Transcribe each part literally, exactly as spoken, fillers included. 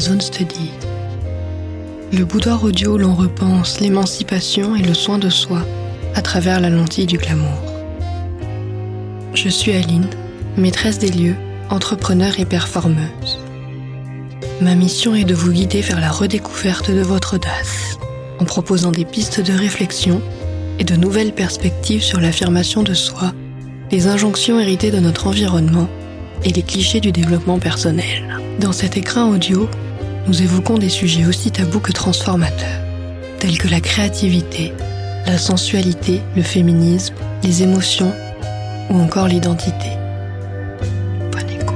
Glamazon Studies. Le boudoir audio où l'on repense l'émancipation et le soin de soi à travers la lentille du glamour. Je suis Aline, maîtresse des lieux, entrepreneur et performeuse. Ma mission est de vous guider vers la redécouverte de votre audace, en proposant des pistes de réflexion et de nouvelles perspectives sur l'affirmation de soi, les injonctions héritées de notre environnement et les clichés du développement personnel. Dans cet écrin audio, nous évoquons des sujets aussi tabous que transformateurs, tels que la créativité, la sensualité, le féminisme, les émotions ou encore l'identité. Bonne écoute.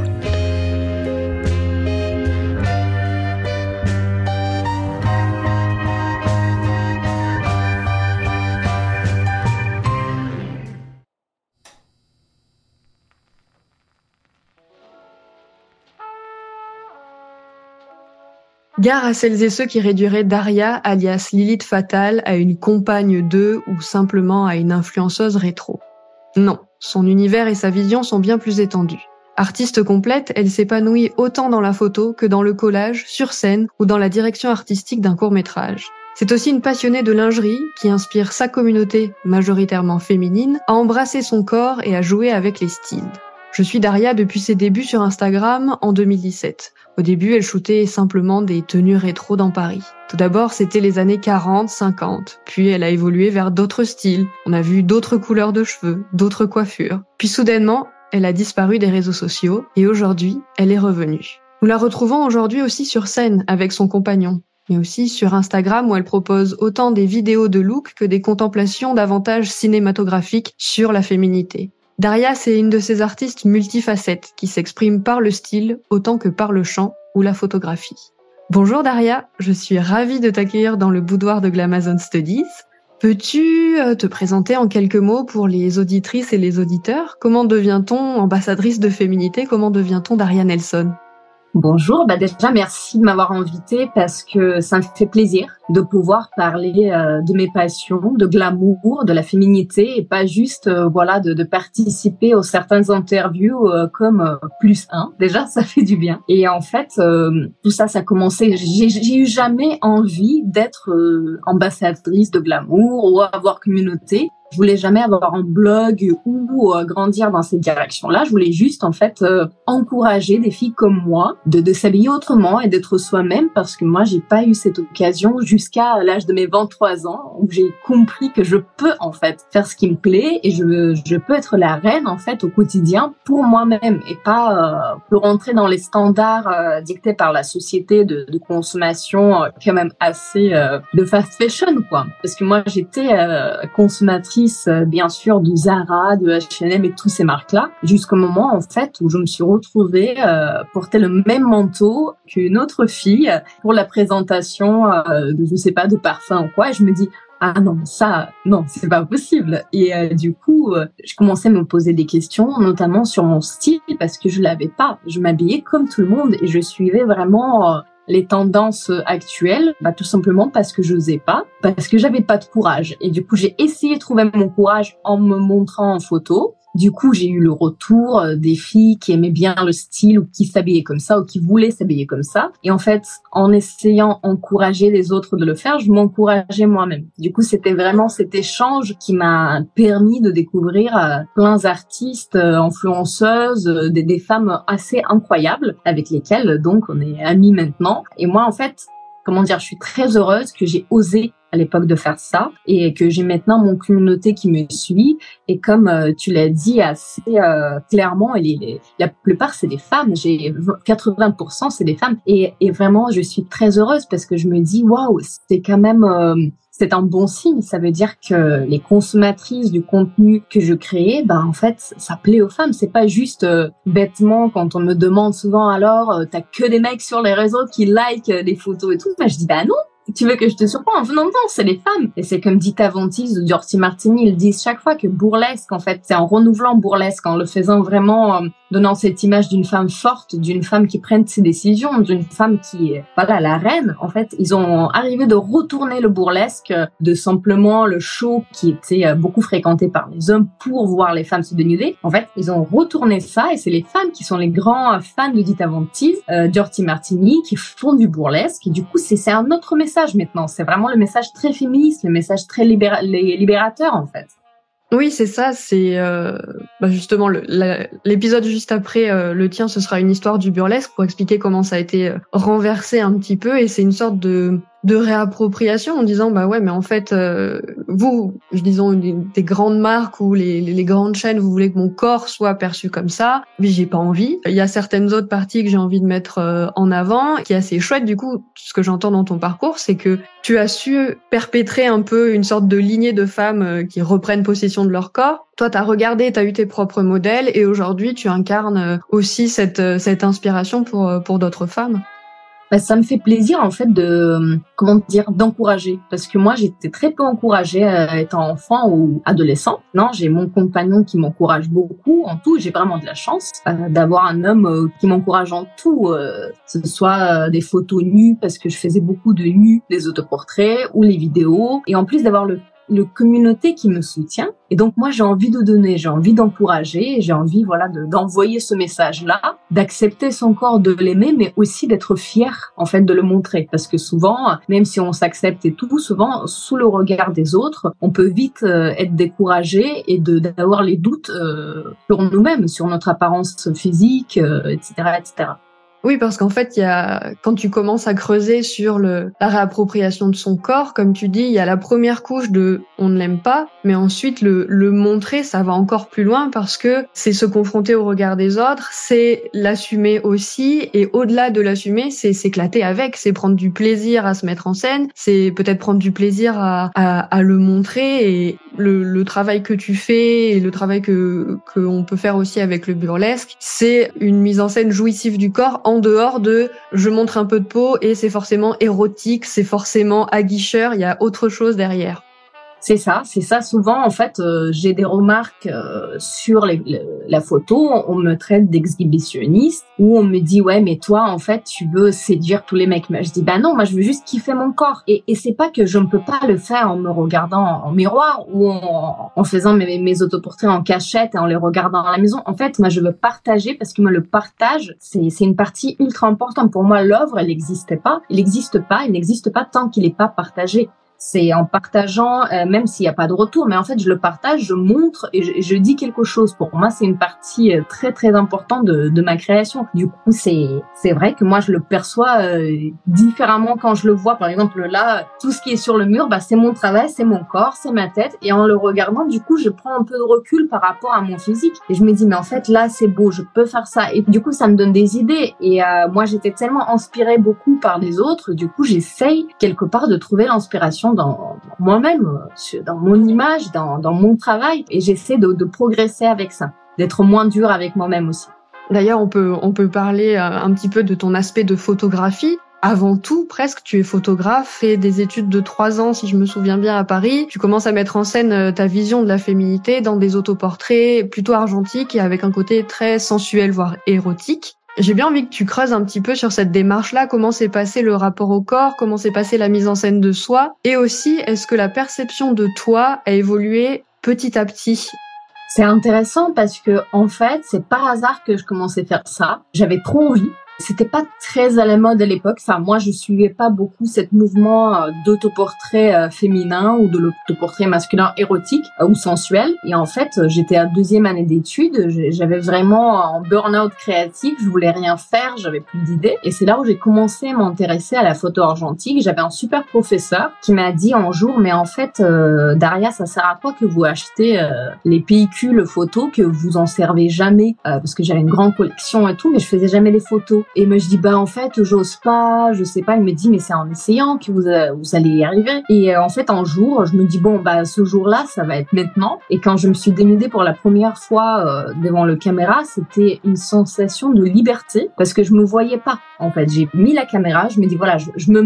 Gare à celles et ceux qui réduiraient Daria, alias Lilith Fatal, à une compagne d'eux ou simplement à une influenceuse rétro. Non, son univers et sa vision sont bien plus étendus. Artiste complète, elle s'épanouit autant dans la photo que dans le collage, sur scène ou dans la direction artistique d'un court-métrage. C'est aussi une passionnée de lingerie qui inspire sa communauté, majoritairement féminine, à embrasser son corps et à jouer avec les styles. Je suis Daria depuis ses débuts sur Instagram en deux mille dix-sept. Au début, elle shootait simplement des tenues rétro dans Paris. Tout d'abord, c'était les années quarante, cinquante. Puis elle a évolué vers d'autres styles. On a vu d'autres couleurs de cheveux, d'autres coiffures. Puis soudainement, elle a disparu des réseaux sociaux et aujourd'hui, elle est revenue. Nous la retrouvons aujourd'hui aussi sur scène avec son compagnon, mais aussi sur Instagram où elle propose autant des vidéos de look que des contemplations davantage cinématographiques sur la féminité. Daria, c'est une de ces artistes multifacettes qui s'exprime par le style autant que par le chant ou la photographie. Bonjour Daria, je suis ravie de t'accueillir dans le boudoir de Glamazon Studies. Peux-tu te présenter en quelques mots pour les auditrices et les auditeurs? Comment devient-on ambassadrice de féminité? Comment devient-on Daria Nelson? Bonjour, bah déjà merci de m'avoir invitée parce que ça me fait plaisir de pouvoir parler euh, de mes passions, de glamour, de la féminité et pas juste euh, voilà de, de participer aux certaines interviews euh, comme euh, plus un. Déjà ça fait du bien. Et en fait euh, tout ça ça a commencé. J'ai, j'ai eu jamais envie d'être euh, ambassadrice de glamour ou avoir communauté. Je voulais jamais avoir un blog ou euh, grandir dans cette direction-là. Je voulais juste, en fait, euh, encourager des filles comme moi de, de s'habiller autrement et d'être soi-même parce que moi, j'ai pas eu cette occasion jusqu'à l'âge de mes vingt-trois ans où j'ai compris que je peux, en fait, faire ce qui me plaît et je, je peux être la reine, en fait, au quotidien pour moi-même et pas euh, pour rentrer dans les standards euh, dictés par la société de, de consommation euh, quand même assez euh, de fast fashion, quoi. Parce que moi, j'étais euh, consommatrice bien sûr de Zara, de H et M et toutes ces marques-là, jusqu'au moment en fait où je me suis retrouvée euh, porter le même manteau qu'une autre fille pour la présentation euh, de je sais pas de parfum ou quoi. Et je me dis ah non ça non c'est pas possible. Et euh, du coup euh, je commençais à me poser des questions, notamment sur mon style parce que je l'avais pas. Je m'habillais comme tout le monde et je suivais vraiment euh, les tendances actuelles, bah tout simplement parce que j'osais pas, parce que j'avais pas de courage. Et du coup, j'ai essayé de trouver mon courage en me montrant en photo. Du coup, j'ai eu le retour des filles qui aimaient bien le style ou qui s'habillaient comme ça ou qui voulaient s'habiller comme ça. Et en fait, en essayant d'encourager les autres de le faire, je m'encourageais moi-même. Du coup, c'était vraiment cet échange qui m'a permis de découvrir euh, plein d'artistes, euh, influenceuses, euh, des, des femmes assez incroyables avec lesquelles donc on est amis maintenant. Et moi, en fait, comment dire, je suis très heureuse que j'ai osé à l'époque de faire ça et que j'ai maintenant mon communauté qui me suit et comme euh, tu l'as dit assez euh, clairement, et les, les, la plupart c'est des femmes, j'ai quatre-vingts pour cent c'est des femmes et, et vraiment je suis très heureuse parce que je me dis waouh, c'est quand même euh, c'est un bon signe, ça veut dire que les consommatrices du contenu que je crée, bah en fait, ça plaît aux femmes. C'est pas juste euh, bêtement quand on me demande souvent alors, euh, t'as que des mecs sur les réseaux qui like euh, des photos et tout. Bah je dis bah non. Tu veux que je te surprenne? Non, non, c'est les femmes. Et c'est comme Dita Ventis ou Dorothy Martini, ils disent chaque fois que burlesque, en fait, c'est en renouvelant burlesque, en le faisant vraiment euh, donnant cette image d'une femme forte, d'une femme qui prenne ses décisions, d'une femme qui est, voilà, la reine. En fait, ils ont arrivé de retourner le burlesque de simplement le show qui était beaucoup fréquenté par les hommes pour voir les femmes se dénuder. En fait, ils ont retourné ça et c'est les femmes qui sont les grands fans de Dita Von Teese, euh, Dirty Martini, qui font du burlesque. Et du coup, c'est, c'est un autre message maintenant. C'est vraiment le message très féministe, le message très libéra- libérateur, en fait. Oui, c'est ça, c'est euh, bah justement le, la, l'épisode juste après euh, le tien, ce sera une histoire du burlesque pour expliquer comment ça a été euh, renversé un petit peu, et c'est une sorte de de réappropriation en disant bah ouais mais en fait euh, vous, je disons des, des grandes marques ou les, les les grandes chaînes, vous voulez que mon corps soit perçu comme ça, mais j'ai pas envie. Il y a certaines autres parties que j'ai envie de mettre euh, en avant, qui est assez chouette. Du coup, ce que j'entends dans ton parcours, c'est que tu as su perpétrer un peu une sorte de lignée de femmes euh, qui reprennent possession de leur corps. Toi, t'as regardé, t'as eu tes propres modèles, et aujourd'hui, tu incarnes aussi cette cette inspiration pour pour d'autres femmes. Bah, ça me fait plaisir en fait de comment dire d'encourager, parce que moi j'étais très peu encouragée euh, étant enfant ou adolescent. Non, j'ai mon compagnon qui m'encourage beaucoup en tout. J'ai vraiment de la chance euh, d'avoir un homme euh, qui m'encourage en tout, euh, que ce soit euh, des photos nues parce que je faisais beaucoup de nus, des autoportraits ou les vidéos, et en plus d'avoir le le communauté qui me soutient. Et donc moi j'ai envie de donner, j'ai envie d'encourager, j'ai envie voilà de, d'envoyer ce message-là, d'accepter son corps, de l'aimer, mais aussi d'être fier en fait de le montrer, parce que souvent, même si on s'accepte et tout, souvent sous le regard des autres, on peut vite euh, être découragé et de d'avoir les doutes euh, sur nous-mêmes, sur notre apparence physique, euh, et cetera, et cetera. Oui, parce qu'en fait, il y a, quand tu commences à creuser sur le, la réappropriation de son corps, comme tu dis, il y a la première couche de on ne l'aime pas, mais ensuite le, le montrer, ça va encore plus loin parce que c'est se confronter au regard des autres, c'est l'assumer aussi, et au-delà de l'assumer, c'est s'éclater avec, c'est prendre du plaisir à se mettre en scène, c'est peut-être prendre du plaisir à, à, à le montrer, et le, le travail que tu fais et le travail que, que on peut faire aussi avec le burlesque, c'est une mise en scène jouissive du corps en dehors de je montre un peu de peau et c'est forcément érotique, c'est forcément aguicheur, il y a autre chose derrière. C'est ça, c'est ça. Souvent, en fait, euh, j'ai des remarques euh, sur les, le, la photo. On me traite d'exhibitionniste, ou on me dit ouais, mais toi, en fait, tu veux séduire tous les mecs. Mais je dis bah non, moi, je veux juste kiffer mon corps. Et, et c'est pas que je ne peux pas le faire en me regardant en miroir ou en, en faisant mes, mes autoportraits en cachette et en les regardant à la maison. En fait, moi, je veux partager parce que moi, le partage, c'est, c'est une partie ultra importante. Pour moi, l'œuvre, elle n'existe pas. Il n'existe pas. Il n'existe pas tant qu'il n'est pas partagé. C'est en partageant, euh, même s'il n'y a pas de retour, mais en fait, je le partage, je montre et je, et je dis quelque chose. Pour moi, c'est une partie euh, très, très importante de, de ma création. Du coup, c'est c'est vrai que moi, je le perçois euh, différemment quand je le vois. Par exemple, là, tout ce qui est sur le mur, bah, c'est mon travail, c'est mon corps, c'est ma tête. Et en le regardant, du coup, je prends un peu de recul par rapport à mon physique. Et je me dis, mais en fait, là, c'est beau, je peux faire ça. Et du coup, ça me donne des idées. Et euh, moi, j'étais tellement inspirée beaucoup par les autres. Du coup, j'essaye quelque part de trouver l'inspiration dans moi-même, dans mon image, dans, dans mon travail, et j'essaie de, de progresser avec ça, d'être moins dure avec moi-même aussi. D'ailleurs, on peut on peut parler un petit peu de ton aspect de photographie. Avant tout, presque, tu es photographe, fais des études de trois ans, si je me souviens bien, à Paris. Tu commences à mettre en scène ta vision de la féminité dans des autoportraits plutôt argentiques et avec un côté très sensuel, voire érotique. J'ai bien envie que tu creuses un petit peu sur cette démarche-là, comment s'est passé le rapport au corps, comment s'est passée la mise en scène de soi, et aussi, est-ce que la perception de toi a évolué petit à petit? C'est intéressant parce que, en fait, c'est par hasard que je commençais à faire ça. J'avais trop envie. C'était pas très à la mode à l'époque. Enfin, moi, je suivais pas beaucoup cette mouvement d'autoportrait féminin ou de l'autoportrait masculin érotique ou sensuel. Et en fait, j'étais à deuxième année d'études. J'avais vraiment un burn-out créatif. Je voulais rien faire. J'avais plus d'idées. Et c'est là où j'ai commencé à m'intéresser à la photo argentique. J'avais un super professeur qui m'a dit un jour, mais en fait, euh, Daria, ça sert à quoi que vous achetez euh, les pellicules photos, que vous en servez jamais, euh, parce que j'avais une grande collection et tout, mais je faisais jamais les photos. Et moi je dis bah en fait j'ose pas, je sais pas. Il me dit mais c'est en essayant que vous euh, vous allez y arriver. Et euh, en fait un jour je me dis bon bah ce jour-là ça va être maintenant. Et quand je me suis dénudée pour la première fois euh, devant le caméra, c'était une sensation de liberté parce que je me voyais pas. En fait j'ai mis la caméra, je me dis voilà je, je me mets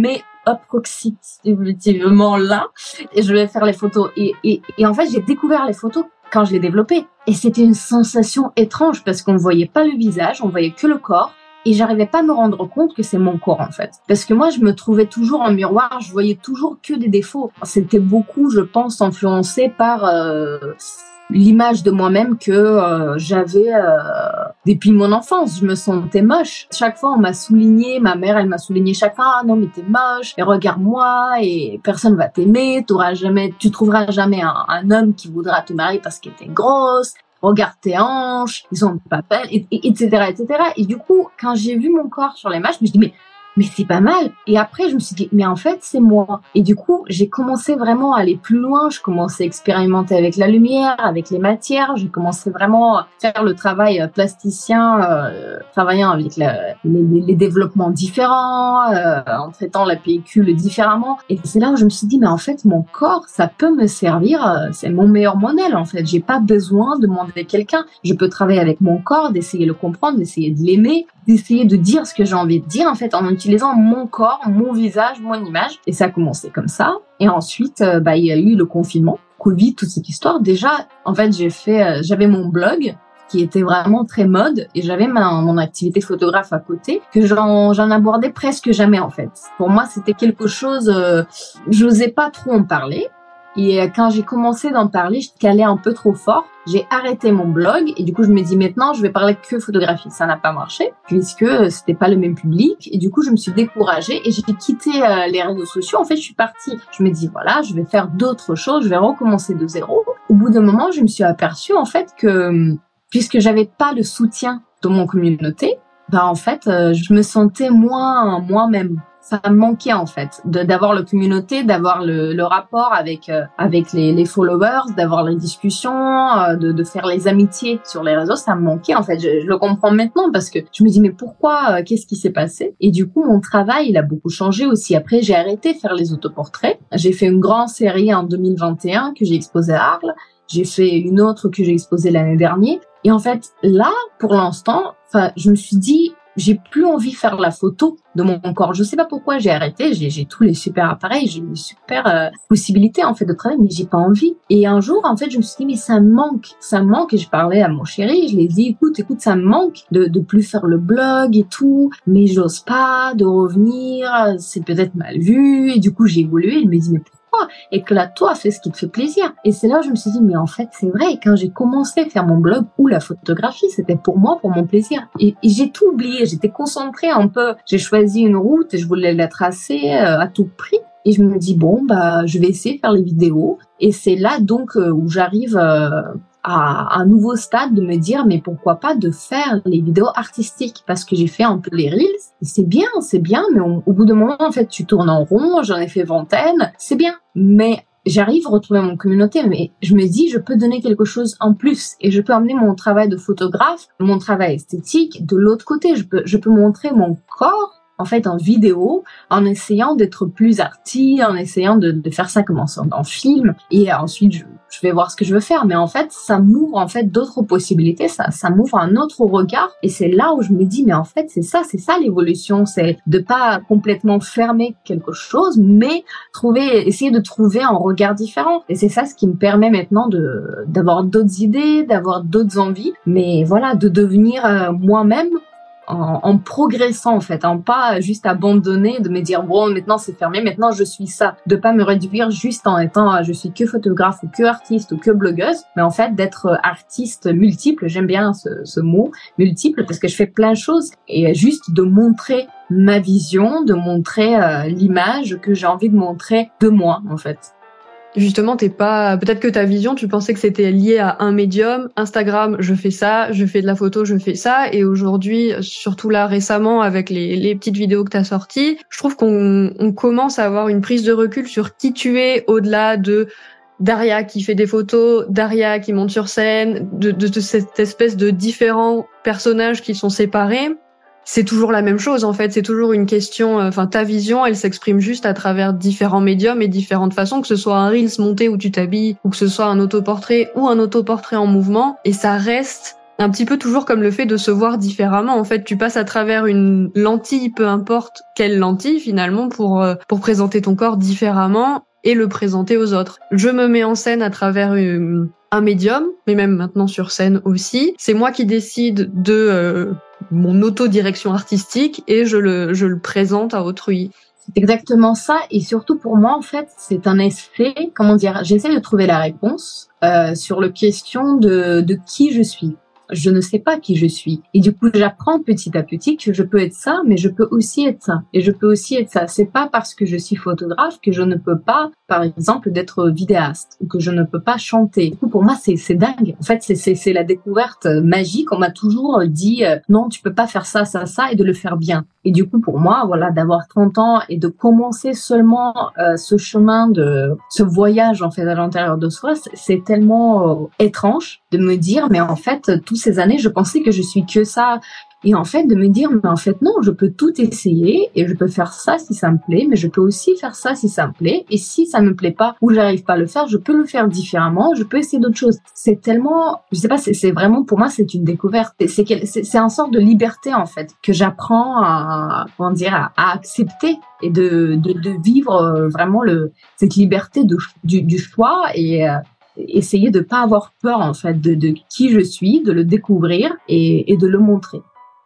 approximativement là, et je vais faire les photos. Et, et, et en fait, j'ai découvert les photos quand je les développais. Et c'était une sensation étrange parce qu'on ne voyait pas le visage, on voyait que le corps. Et j'arrivais pas à me rendre compte que c'est mon corps, en fait. Parce que moi, je me trouvais toujours en miroir, je voyais toujours que des défauts. C'était beaucoup, je pense, influencé par euh, l'image de moi-même que euh, j'avais euh, depuis mon enfance. Je me sentais moche. Chaque fois, on m'a souligné, ma mère, elle m'a souligné chaque fois, ah non, mais t'es moche, et regarde-moi, et personne va t'aimer, t'auras jamais, tu trouveras jamais un, un homme qui voudra te marier parce qu'elle était grosse. Regarde tes hanches, ils ont pas belles, et, et, etc., et cetera. Et du coup, quand j'ai vu mon corps sur l'image, je me suis dit, mais, mais c'est pas mal. Et après, je me suis dit, mais en fait, c'est moi. Et du coup, j'ai commencé vraiment à aller plus loin. Je commençais à expérimenter avec la lumière, avec les matières. J'ai commencé vraiment à faire le travail plasticien, euh, travaillant avec la, les, les développements différents, euh, en traitant la pellicule différemment. Et c'est là où je me suis dit, mais en fait, mon corps, ça peut me servir. Euh, c'est mon meilleur modèle, en fait. J'ai pas besoin de demander à quelqu'un. Je peux travailler avec mon corps, d'essayer de le comprendre, d'essayer de l'aimer, d'essayer de dire ce que j'ai envie de dire, en fait, en utilisant mon corps, mon visage, mon image. Et ça a commencé comme ça. Et ensuite, euh, bah, il y a eu le confinement, Covid, toute cette histoire. Déjà, en fait, j'ai fait, euh, j'avais mon blog qui était vraiment très mode et j'avais ma, mon activité photographe à côté que j'en, j'en abordais presque jamais, en fait. Pour moi, c'était quelque chose, euh, j'osais pas trop en parler. Et quand j'ai commencé d'en parler, je calais un peu trop fort. J'ai arrêté mon blog et du coup, je me dis maintenant, je vais parler que photographie. Ça n'a pas marché puisque c'était pas le même public. Et du coup, je me suis découragée et j'ai quitté euh, les réseaux sociaux. En fait, je suis partie. Je me dis, voilà, je vais faire d'autres choses. Je vais recommencer de zéro. Au bout d'un moment, je me suis aperçue, en fait, que puisque j'avais pas le soutien de mon communauté, bah, en fait, euh, je me sentais moins moi-même. Ça me manquait, en fait, de, d'avoir la communauté, d'avoir le, le rapport avec euh, avec les, les followers, d'avoir les discussions, euh, de, de faire les amitiés sur les réseaux. Ça me manquait, en fait. Je, je le comprends maintenant parce que je me dis, mais pourquoi, euh, qu'est-ce qui s'est passé? Et du coup, mon travail, il a beaucoup changé aussi. Après, j'ai arrêté de faire les autoportraits. J'ai fait une grande série en deux mille vingt et un que j'ai exposée à Arles. J'ai fait une autre que j'ai exposée l'année dernière. Et en fait, là, pour l'instant, enfin, je me suis dit, j'ai plus envie de faire la photo de mon corps. Je sais pas pourquoi j'ai arrêté. J'ai, j'ai tous les super appareils, j'ai une super euh, possibilité en fait de travailler, mais j'ai pas envie. Et un jour, en fait, je me suis dit mais ça me manque, ça me manque. Et je parlais à mon chéri, je lui ai dit écoute, écoute, ça me manque de de plus faire le blog et tout, mais j'ose pas de revenir. C'est peut-être mal vu. Et du coup, j'ai évolué. Il me dit mais éclate-toi, fais ce qui te fait plaisir. Et c'est là où je me suis dit, mais en fait, c'est vrai, quand j'ai commencé à faire mon blog ou la photographie, c'était pour moi, pour mon plaisir. Et, et j'ai tout oublié, j'étais concentrée un peu. J'ai choisi une route et je voulais la tracer euh, à tout prix. Et je me dis, bon, bah, je vais essayer de faire les vidéos. Et c'est là, donc, euh, où j'arrive euh, à un nouveau stade de me dire, mais pourquoi pas de faire les vidéos artistiques? Parce que j'ai fait un peu les reels. Et c'est bien, c'est bien, mais on, au bout d'un moment, en fait, tu tournes en rond, j'en ai fait vingtaine. C'est bien. Mais j'arrive à retrouver mon communauté, mais je me dis, je peux donner quelque chose en plus et je peux amener mon travail de photographe, mon travail esthétique de l'autre côté. Je peux, je peux montrer mon corps, en fait, en vidéo, en essayant d'être plus arty, en essayant de, de faire ça comme en, en film. Et ensuite, je, je vais voir ce que je veux faire. Mais en fait, ça m'ouvre, en fait, d'autres possibilités. Ça, ça m'ouvre un autre regard. Et c'est là où je me dis, mais en fait, c'est ça, c'est ça l'évolution. C'est de pas complètement fermer quelque chose, mais trouver, essayer de trouver un regard différent. Et c'est ça ce qui me permet maintenant de, d'avoir d'autres idées, d'avoir d'autres envies. Mais voilà, de devenir euh, moi-même, En, en progressant en fait, en pas juste abandonner, de me dire bon maintenant c'est fermé, maintenant je suis ça, de pas me réduire juste en étant je suis que photographe ou que artiste ou que blogueuse, mais en fait d'être artiste multiple, j'aime bien ce, ce mot multiple parce que je fais plein de choses et juste de montrer ma vision, de montrer euh, l'image que j'ai envie de montrer de moi en fait. Justement, t'es pas, peut-être que ta vision, tu pensais que c'était lié à un médium. Instagram, je fais ça, je fais de la photo, je fais ça. Et aujourd'hui, surtout là, récemment, avec les, les petites vidéos que t'as sorties, je trouve qu'on on commence à avoir une prise de recul sur qui tu es au-delà de Daria qui fait des photos, Daria qui monte sur scène, de, de, de cette espèce de différents personnages qui sont séparés. C'est toujours la même chose en fait, c'est toujours une question, enfin ta vision elle s'exprime juste à travers différents médiums et différentes façons, que ce soit un reels monté où tu t'habilles ou que ce soit un autoportrait ou un autoportrait en mouvement, et ça reste Un petit peu toujours comme le fait de se voir différemment. En fait, tu passes à travers une lentille, peu importe quelle lentille finalement, pour euh, pour présenter ton corps différemment et le présenter aux autres. Je me mets en scène à travers une, un médium, mais même maintenant sur scène aussi. C'est moi qui décide de euh, mon autodirection artistique et je le je le présente à autrui. C'est exactement ça, et surtout pour moi, en fait, c'est un effet, comment dire, j'essaie de trouver la réponse euh, sur le question de, de qui je suis. Je ne sais pas qui je suis. Et du coup, j'apprends petit à petit que je peux être ça, mais je peux aussi être ça. Et je peux aussi être ça. C'est pas parce que je suis photographe que je ne peux pas, par exemple, d'être vidéaste ou que je ne peux pas chanter. Du coup, pour moi, c'est, c'est dingue. En fait, c'est, c'est, c'est la découverte magique. On m'a toujours dit, euh, non, tu peux pas faire ça, ça, ça, et de le faire bien. Et du coup, pour moi, voilà, d'avoir trente ans et de commencer seulement euh, ce chemin de, ce voyage, en fait, à l'intérieur de soi, c'est, c'est tellement euh, étrange de me dire, mais en fait, toutes ces années, je pensais que je suis que ça. Et en fait, de me dire, mais en fait, non, je peux tout essayer et je peux faire ça si ça me plaît, mais je peux aussi faire ça si ça me plaît. Et si ça me plaît pas ou j'arrive pas à le faire, je peux le faire différemment, je peux essayer d'autres choses. C'est tellement, je sais pas, c'est, c'est vraiment, pour moi, c'est une découverte. C'est, c'est, c'est un sort de liberté, en fait, que j'apprends à, comment dire, à, à accepter et de, de, de vivre vraiment le, cette liberté de, du, du choix et, euh, essayer de pas avoir peur, en fait, de, de qui je suis, de le découvrir et, et de le montrer.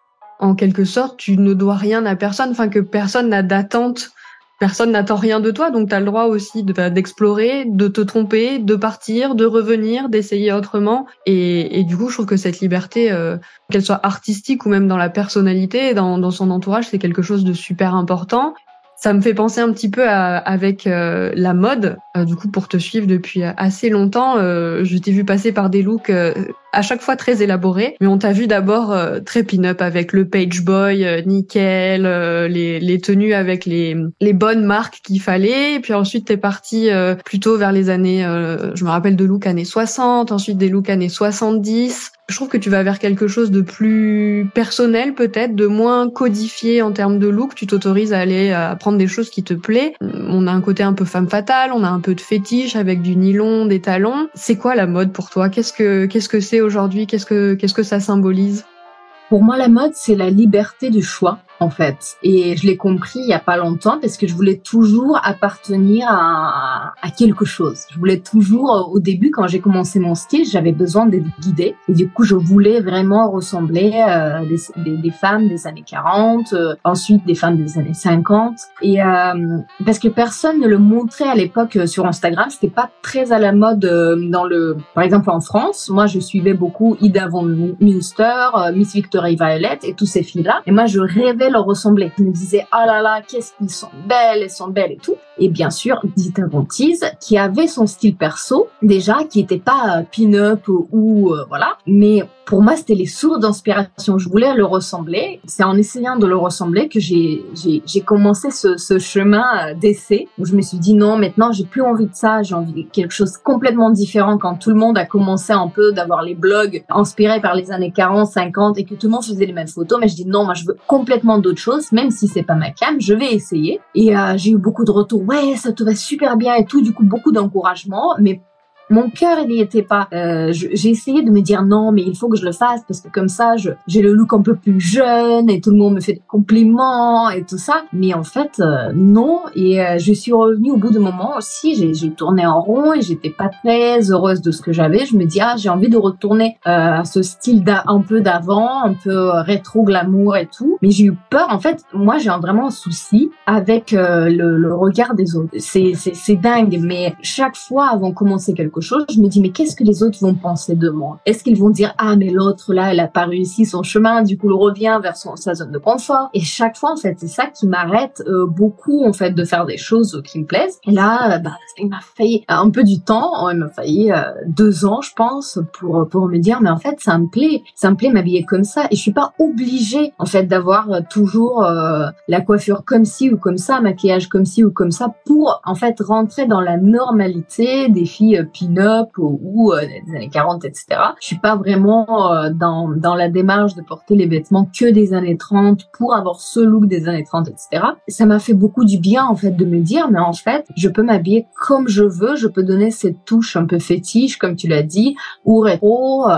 En quelque sorte, tu ne dois rien à personne, enfin que personne n'a d'attente, personne n'attend rien de toi, donc tu as le droit aussi de, d'explorer, de te tromper, de partir, de revenir, d'essayer autrement. Et, et du coup, je trouve que cette liberté, euh, qu'elle soit artistique ou même dans la personnalité, dans, dans son entourage, c'est quelque chose de super important. Ça me fait penser un petit peu à, avec euh, la mode. Euh, du coup, pour te suivre depuis assez longtemps, euh, je t'ai vu passer par des looks euh, à chaque fois très élaborés. Mais on t'a vu d'abord euh, très pin-up avec le page boy, euh, nickel, euh, les, les tenues avec les, les bonnes marques qu'il fallait. Et puis ensuite, t'es parti euh, plutôt vers les années, euh, je me rappelle de looks années soixante, ensuite des looks années soixante-dix. Je trouve que tu vas vers quelque chose de plus personnel peut-être, de moins codifié en termes de look. Tu t'autorises à aller à prendre des choses qui te plaisent. On a un côté un peu femme fatale, on a un peu de fétiche avec du nylon, des talons. C'est quoi la mode pour toi ? Qu'est-ce que qu'est-ce que c'est aujourd'hui ? Qu'est-ce que qu'est-ce que ça symbolise ? Pour moi, la mode, c'est la liberté du choix, en fait. Et je l'ai compris il y a pas longtemps parce que je voulais toujours appartenir à, à quelque chose. Je voulais toujours, au début, quand j'ai commencé mon style, j'avais besoin d'être guidée. Et du coup, je voulais vraiment ressembler à euh, des, des, des femmes des années quarante, euh, ensuite des femmes des années cinquante. Et euh, parce que personne ne le montrait à l'époque sur Instagram, c'était pas très à la mode euh, dans le, par exemple en France. Moi, je suivais beaucoup Ida Von Münster, euh, Miss Victoria Violet et tous ces filles-là. Et moi, je rêvais leur ressembler. Je me disais, oh là là, qu'est-ce qu'ils sont belles, elles sont belles et tout. Et bien sûr, Dita Von Teese, qui avait son style perso, déjà, qui était pas euh, pin-up ou, ou euh, voilà. Mais pour moi, c'était les sources d'inspiration. Je voulais le ressembler. C'est en essayant de le ressembler que j'ai, j'ai, j'ai commencé ce, ce chemin d'essai où je me suis dit non, maintenant, j'ai plus envie de ça. J'ai envie de quelque chose complètement différent quand tout le monde a commencé un peu d'avoir les blogs inspirés par les années quarante, cinquante et que tout le monde faisait les mêmes photos. Mais je dis non, moi, je veux complètement d'autres choses, même si c'est pas ma cam, je vais essayer. Et euh, j'ai eu beaucoup de retours. Ouais, ça te va super bien et tout. Du coup, beaucoup d'encouragement. Mais mon cœur, il n'y était pas. Euh, je, j'ai essayé de me dire non, mais il faut que je le fasse parce que comme ça, je, j'ai le look un peu plus jeune et tout le monde me fait des compliments et tout ça. Mais en fait, euh, non. Et euh, je suis revenue au bout de moment aussi. J'ai, j'ai tourné en rond et j'étais pas très heureuse de ce que j'avais. Je me dis ah, j'ai envie de retourner euh, à ce style d'a, un peu d'avant, un peu rétro glamour et tout. Mais j'ai eu peur. En fait, moi, j'ai vraiment un souci avec euh, le, le regard des autres. C'est, c'est, c'est dingue. Mais chaque fois avant de commencer quelque chose, je me dis mais qu'est-ce que les autres vont penser de moi? Est-ce qu'ils vont dire ah mais l'autre là elle a pas réussi son chemin, du coup elle revient vers son, sa zone de confort. Et chaque fois en fait c'est ça qui m'arrête euh, beaucoup en fait de faire des choses qui me plaisent. Et là euh, bah il m'a fallu un peu du temps, il m'a fallu euh, deux ans je pense pour pour me dire mais en fait ça me plaît, ça me plaît m'habiller comme ça et je suis pas obligée en fait d'avoir euh, toujours euh, la coiffure comme ci ou comme ça, maquillage comme ci ou comme ça pour en fait rentrer dans la normalité des filles euh, pin-up ou, ou euh, des années quarante, et cetera. Je suis pas vraiment euh, dans dans la démarche de porter les vêtements que des années trente pour avoir ce look des années trente, et cetera. Ça m'a fait beaucoup du bien en fait de me dire mais en fait je peux m'habiller comme je veux, je peux donner cette touche un peu fétiche comme tu l'as dit ou rétro. Euh,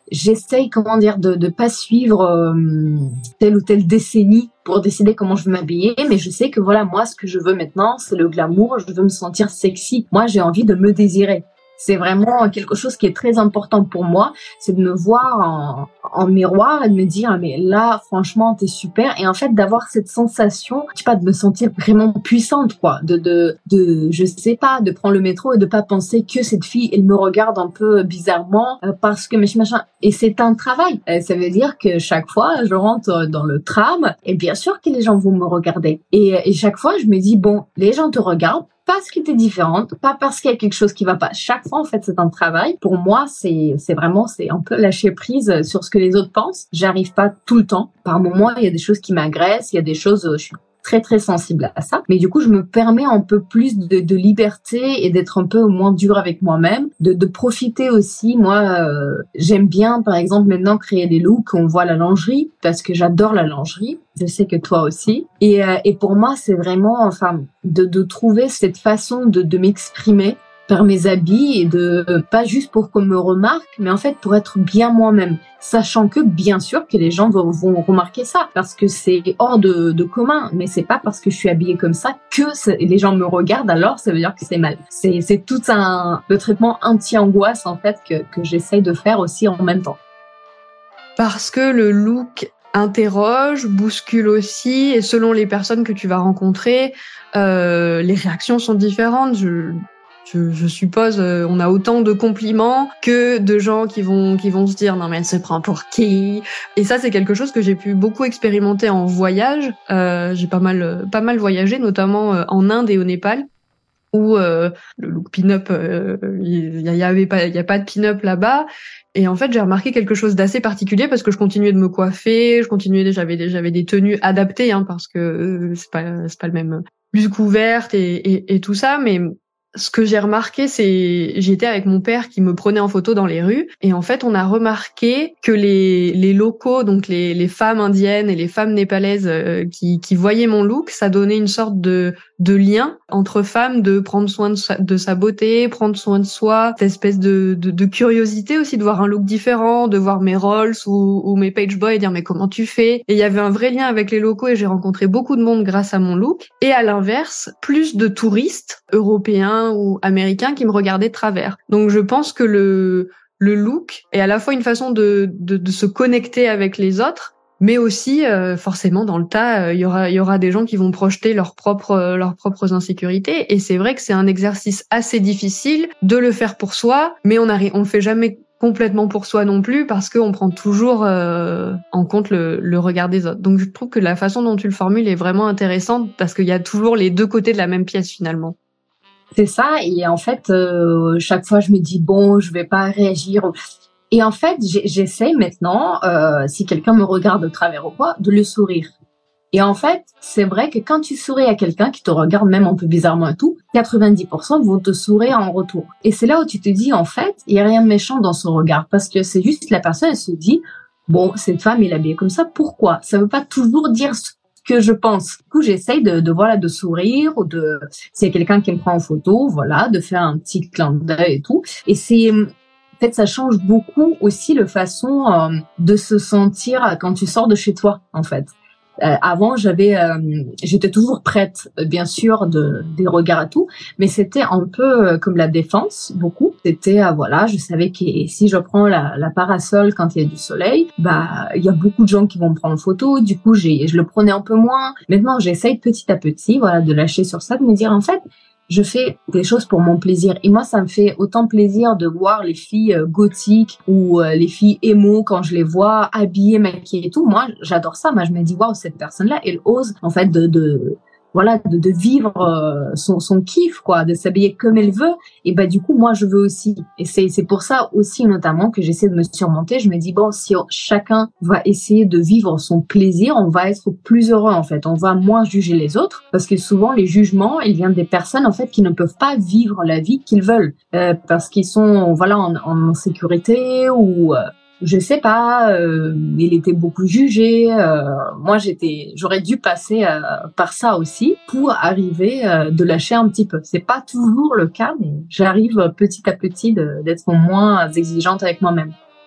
j'essaye, comment dire, de de pas suivre euh, telle ou telle décennie pour décider comment je veux m'habiller, mais je sais que voilà, moi, ce que je veux maintenant, c'est le glamour, je veux me sentir sexy. Moi, j'ai envie de me désirer. C'est vraiment quelque chose qui est très important pour moi, c'est de me voir en, en miroir et de me dire, mais là, franchement, t'es super. Et en fait, d'avoir cette sensation, je sais pas, de me sentir vraiment puissante, quoi. De, de, de, je sais pas, de prendre le métro et de pas penser que cette fille, elle me regarde un peu bizarrement euh, parce que machin, machin. Et c'est un travail. Euh, ça veut dire que chaque fois, je rentre dans le tram et bien sûr que les gens vont me regarder. Et, et chaque fois, je me dis, bon, les gens te regardent parce que t'es différente, pas parce qu'il y a quelque chose qui va pas. Chaque fois, en fait, c'est un travail. Pour moi, c'est, c'est vraiment, c'est un peu lâcher prise sur ce que les autres pensent. J'arrive pas tout le temps. Par moments, il y a des choses qui m'agressent, il y a des choses, je suis très, très sensible à ça. Mais du coup, je me permets un peu plus de, de liberté et d'être un peu moins dure avec moi-même, de, de profiter aussi. Moi, euh, j'aime bien, par exemple, maintenant créer des looks. On voit la lingerie parce que j'adore la lingerie. Je sais que toi aussi. Et, euh, et pour moi, c'est vraiment, enfin, de, de trouver cette façon de, de m'exprimer par mes habits et de, pas juste pour qu'on me remarque, mais en fait pour être bien moi-même. Sachant que, bien sûr, que les gens vont, vont remarquer ça parce que c'est hors de, de commun. Mais c'est pas parce que je suis habillée comme ça que les gens me regardent alors ça veut dire que c'est mal. C'est, c'est tout un, le traitement anti-angoisse, en fait, que, que j'essaye de faire aussi en même temps. Parce que le look interroge, bouscule aussi, et selon les personnes que tu vas rencontrer, euh, les réactions sont différentes. Je, je, je suppose, euh, on a autant de compliments que de gens qui vont qui vont se dire non mais elle se prend pour qui. Et ça, c'est quelque chose que j'ai pu beaucoup expérimenter en voyage. Euh, j'ai pas mal pas mal voyagé, notamment euh, en Inde et au Népal, où euh, le look pin-up, euh, il y, y avait pas, il y a pas de pin-up là-bas. Et en fait, j'ai remarqué quelque chose d'assez particulier parce que je continuais de me coiffer, je continuais, j'avais des, j'avais des tenues adaptées, hein, parce que euh, c'est pas, c'est pas le même, plus couverte et, et, et tout ça. Mais ce que j'ai remarqué, c'est, j'étais avec mon père qui me prenait en photo dans les rues, et en fait, on a remarqué que les, les locaux, donc les, les femmes indiennes et les femmes népalaises euh, qui, qui voyaient mon look, ça donnait une sorte de, de lien entre femmes, de prendre soin de sa, de sa beauté, prendre soin de soi, cette espèce de, de, de curiosité aussi de voir un look différent, de voir mes Rolls ou, ou mes page boys et dire mais comment tu fais. Et il y avait un vrai lien avec les locaux et j'ai rencontré beaucoup de monde grâce à mon look. Et à l'inverse, plus de touristes européens ou américains qui me regardaient de travers. Donc je pense que le le look est à la fois une façon de de, de se connecter avec les autres, mais aussi euh, forcément dans le tas, il euh, y aura il y aura des gens qui vont projeter leurs propres euh, leurs propres insécurités. Et c'est vrai que c'est un exercice assez difficile de le faire pour soi, mais on arrive on le fait jamais complètement pour soi non plus parce qu'on prend toujours euh, en compte le, le regard des autres. Donc je trouve que la façon dont tu le formules est vraiment intéressante parce qu'il y a toujours les deux côtés de la même pièce finalement. C'est ça, et en fait, euh, chaque fois je me dis bon, je vais pas réagir. Et en fait, j'essaie maintenant, euh, si quelqu'un me regarde de travers ou quoi, de le sourire. Et en fait, c'est vrai que quand tu souris à quelqu'un qui te regarde même un peu bizarrement et tout, quatre-vingt-dix pour cent vont te sourire en retour. Et c'est là où tu te dis, en fait, il y a rien de méchant dans son regard, parce que c'est juste la personne, elle se dit, bon, cette femme est habillée comme ça, pourquoi? Ça veut pas toujours dire que je pense. Du coup, j'essaye de, de, voilà, de sourire ou de, s'il y a quelqu'un qui me prend en photo, voilà, de faire un petit clin d'œil et tout. Et c'est, en fait, ça change beaucoup aussi la façon euh, de se sentir quand tu sors de chez toi, en fait. Euh, avant, j'avais, euh, j'étais toujours prête, bien sûr, de des regards et tout, mais c'était un peu euh, comme la défense, beaucoup. C'était, euh, voilà, je savais que si je prends la, la parasol quand il y a du soleil, bah, il y a beaucoup de gens qui vont me prendre en photo. Du coup, j'ai, je le prenais un peu moins. Maintenant, j'essaye petit à petit, voilà, de lâcher sur ça, de me dire en fait, je fais des choses pour mon plaisir. Et moi, ça me fait autant plaisir de voir les filles euh, gothiques ou euh, les filles émo quand je les vois habillées, maquillées et tout. Moi, j'adore ça. Moi, je me dis, waouh, cette personne-là, elle ose, en fait, de, de, voilà, de, de vivre euh, son, son kiff, quoi, de s'habiller comme elle veut. Et bah, du coup, moi, je veux aussi. Et c'est, c'est pour ça aussi, notamment, que j'essaie de me surmonter. Je me dis, bon, si chacun va essayer de vivre son plaisir, on va être plus heureux, en fait. On va moins juger les autres. Parce que souvent, les jugements, ils viennent des personnes, en fait, qui ne peuvent pas vivre la vie qu'ils veulent. Euh, parce qu'ils sont, voilà, en, en sécurité ou... Euh, je sais pas, euh, il était beaucoup jugé. Euh, moi, j'étais, j'aurais dû passer euh, par ça aussi pour arriver euh, de lâcher un petit peu. C'est pas toujours le cas, mais j'arrive petit à petit de, d'être moins exigeante avec moi-même.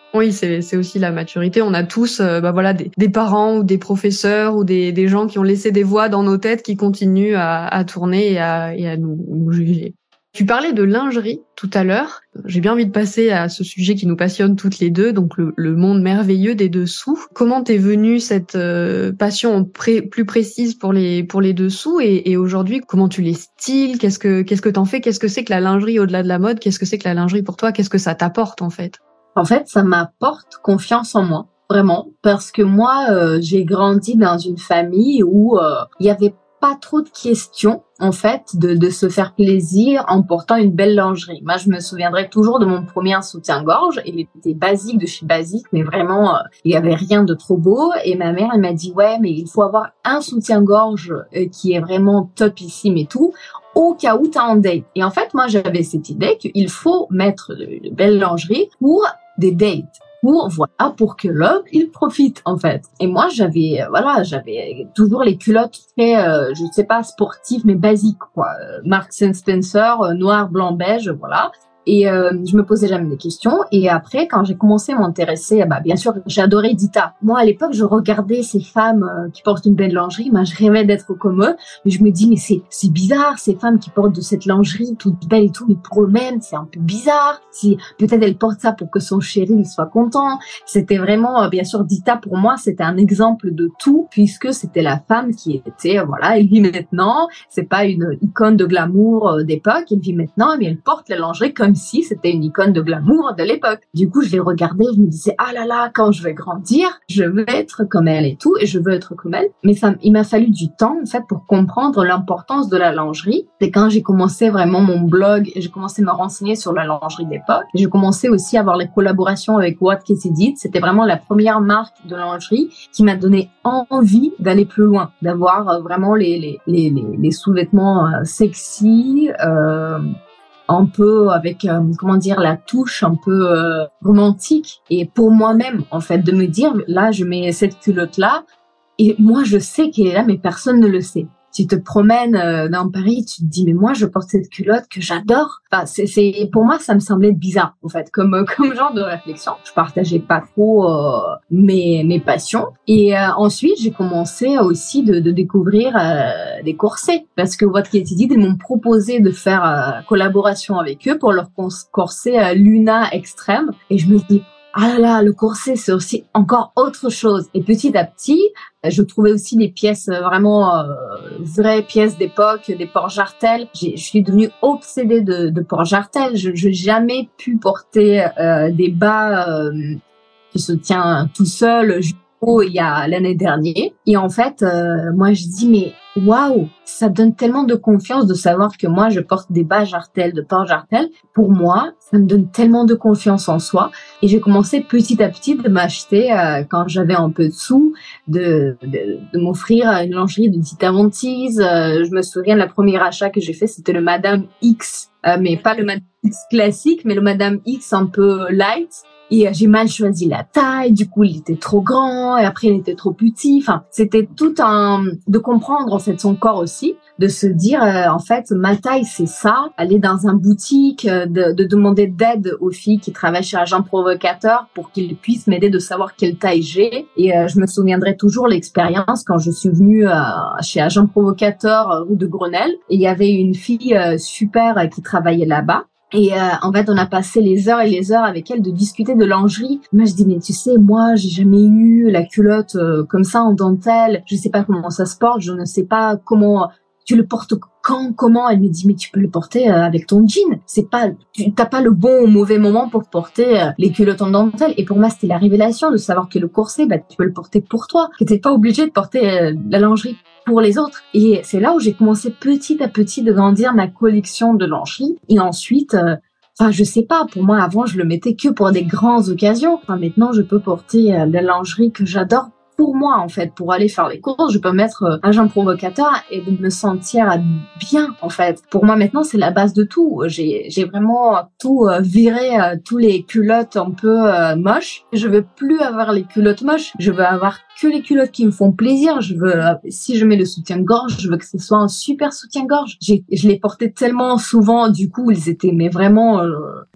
Oui, c'est, c'est aussi la maturité. On a tous, euh, bah voilà, des, des parents ou des professeurs ou des, des gens qui ont laissé des voix dans nos têtes qui continuent à, à tourner et à, et à nous, nous juger. Tu parlais de lingerie tout à l'heure. J'ai bien envie de passer à ce sujet qui nous passionne toutes les deux, donc le, le monde merveilleux des dessous. Comment t'es venue cette euh, passion pré, plus précise pour les pour les dessous et, et aujourd'hui comment tu les styles? Qu'est-ce que qu'est-ce que t'en fais? Qu'est-ce que c'est que la lingerie au-delà de la mode? Qu'est-ce que c'est que la lingerie pour toi? Qu'est-ce que ça t'apporte en fait? En fait, ça m'apporte confiance en moi, vraiment, parce que moi, euh, j'ai grandi dans une famille où il euh, y avait pas trop de questions, en fait, de, de se faire plaisir en portant une belle lingerie. Moi, je me souviendrai toujours de mon premier soutien-gorge. Il était basique de chez Basique, mais vraiment, euh, il y avait rien de trop beau. Et ma mère, elle m'a dit, ouais, mais il faut avoir un soutien-gorge euh, qui est vraiment topissime et tout, au cas où t'as un date. Et en fait, moi, j'avais cette idée qu'il faut mettre de, de belles lingeries pour des dates. Pour, voilà, pour que l'homme, il profite, en fait. Et moi, j'avais, euh, voilà, j'avais toujours les culottes très, euh, je sais pas, sportives, mais basiques, quoi. Euh, Marks and Spencer, euh, noir, blanc, beige, voilà. Et euh, je me posais jamais des questions. Et après, quand j'ai commencé à m'intéresser, bah bien sûr, j'ai adoré Dita. Moi, à l'époque, je regardais ces femmes euh, qui portent une belle lingerie. Moi, je rêvais d'être comme eux. Mais je me dis, mais c'est c'est bizarre, ces femmes qui portent de cette lingerie toute belle et tout, mais pour eux-mêmes, c'est un peu bizarre. Si peut-être elles portent ça pour que son chéri il soit content. C'était vraiment, euh, bien sûr, Dita pour moi, c'était un exemple de tout, puisque c'était la femme qui était, euh, voilà, elle vit maintenant. C'est pas une icône de glamour euh, d'époque. Elle vit maintenant, mais elle porte la lingerie comme si c'était une icône de glamour de l'époque. Du coup, je les regardais, je me disais, ah là là, quand je vais grandir, je veux être comme elle et tout, et je veux être comme elle. Mais ça, il m'a fallu du temps, en fait, pour comprendre l'importance de la lingerie. C'est quand j'ai commencé vraiment mon blog, et j'ai commencé à me renseigner sur la lingerie d'époque. J'ai commencé aussi à avoir les collaborations avec What Katie Did. C'était vraiment la première marque de lingerie qui m'a donné envie d'aller plus loin, d'avoir vraiment les, les, les, les, les sous-vêtements euh, sexy, euh, un peu avec, euh, comment dire, la touche un peu euh, romantique. Et pour moi-même, en fait, de me dire, là, je mets cette culotte-là, et moi, je sais qu'elle est là, mais personne ne le sait. Tu te promènes euh, dans Paris, tu te dis, mais moi, je porte cette culotte que j'adore. Enfin, c'est, c'est, pour moi, ça me semblait bizarre, en fait, comme, euh, comme genre de réflexion. Je partageais pas trop euh, mes, mes passions. Et euh, ensuite, j'ai commencé aussi de, de découvrir euh, des corsets. Parce que What Katie Did, ils m'ont proposé de faire euh, collaboration avec eux pour leur corset euh, Luna Extreme. Et je me dis, ah là là, le corset, c'est aussi encore autre chose. Et petit à petit, je trouvais aussi des pièces vraiment euh, vraies pièces d'époque, des Port-Jartel. J'ai, je suis devenue obsédée de, de Port-Jartel. Je n'ai jamais pu porter euh, des bas euh, qui se tient tout seul il y a l'année dernière. Et en fait, euh, moi, je dis, mais waouh, ça donne tellement de confiance de savoir que moi, je porte des bas Jartel, de Port-Jartel. Pour moi, ça me donne tellement de confiance en soi. Et j'ai commencé petit à petit de m'acheter, euh, quand j'avais un peu de sous, de, de, de m'offrir une lingerie de Dita Von Teese. Euh, je me souviens, le premier achat que j'ai fait, c'était le Madame X, euh, mais pas le Madame X classique, mais le Madame X un peu light. Et j'ai mal choisi la taille, du coup il était trop grand, et après il était trop petit. Enfin, c'était tout un de comprendre en fait son corps aussi, de se dire euh, en fait ma taille c'est ça. Aller dans un boutique, euh, de, de demander d'aide aux filles qui travaillent chez Agent Provocateur pour qu'ils puissent m'aider de savoir quelle taille j'ai. Et euh, je me souviendrai toujours l'expérience quand je suis venue euh, chez Agent Provocateur euh, rue de Grenelle, et il y avait une fille euh, super euh, qui travaillait là-bas. Et euh, en fait, on a passé les heures et les heures avec elle de discuter de lingerie. Moi, je dis, mais tu sais, moi, j'ai jamais eu la culotte euh, comme ça en dentelle. Je sais pas comment ça se porte. Je ne sais pas comment tu le portes quand, comment. Elle me dit, mais tu peux le porter euh, avec ton jean. C'est pas, tu t'as pas le bon ou mauvais moment pour porter euh, les culottes en dentelle. Et pour moi, c'était la révélation de savoir que le corset, bah, tu peux le porter pour toi. Que t'es pas obligé de porter euh, la lingerie pour les autres. Et c'est là où j'ai commencé petit à petit de grandir ma collection de lingerie. Et ensuite, euh, enfin, je sais pas, pour moi, avant, je le mettais que pour des grandes occasions. Enfin, maintenant, je peux porter euh, la lingerie que j'adore pour moi, en fait, pour aller faire les courses. Je peux mettre euh, Agent Provocateur et de me sentir bien, en fait. Pour moi, maintenant, c'est la base de tout. J'ai, j'ai vraiment tout euh, viré, euh, tous les culottes un peu euh, moches. Je veux plus avoir les culottes moches. Je veux avoir que les culottes qui me font plaisir. Je veux, euh, si je mets le soutien-gorge, je veux que ce soit un super soutien-gorge. J'ai, je les portais tellement souvent, du coup, ils étaient mais vraiment euh,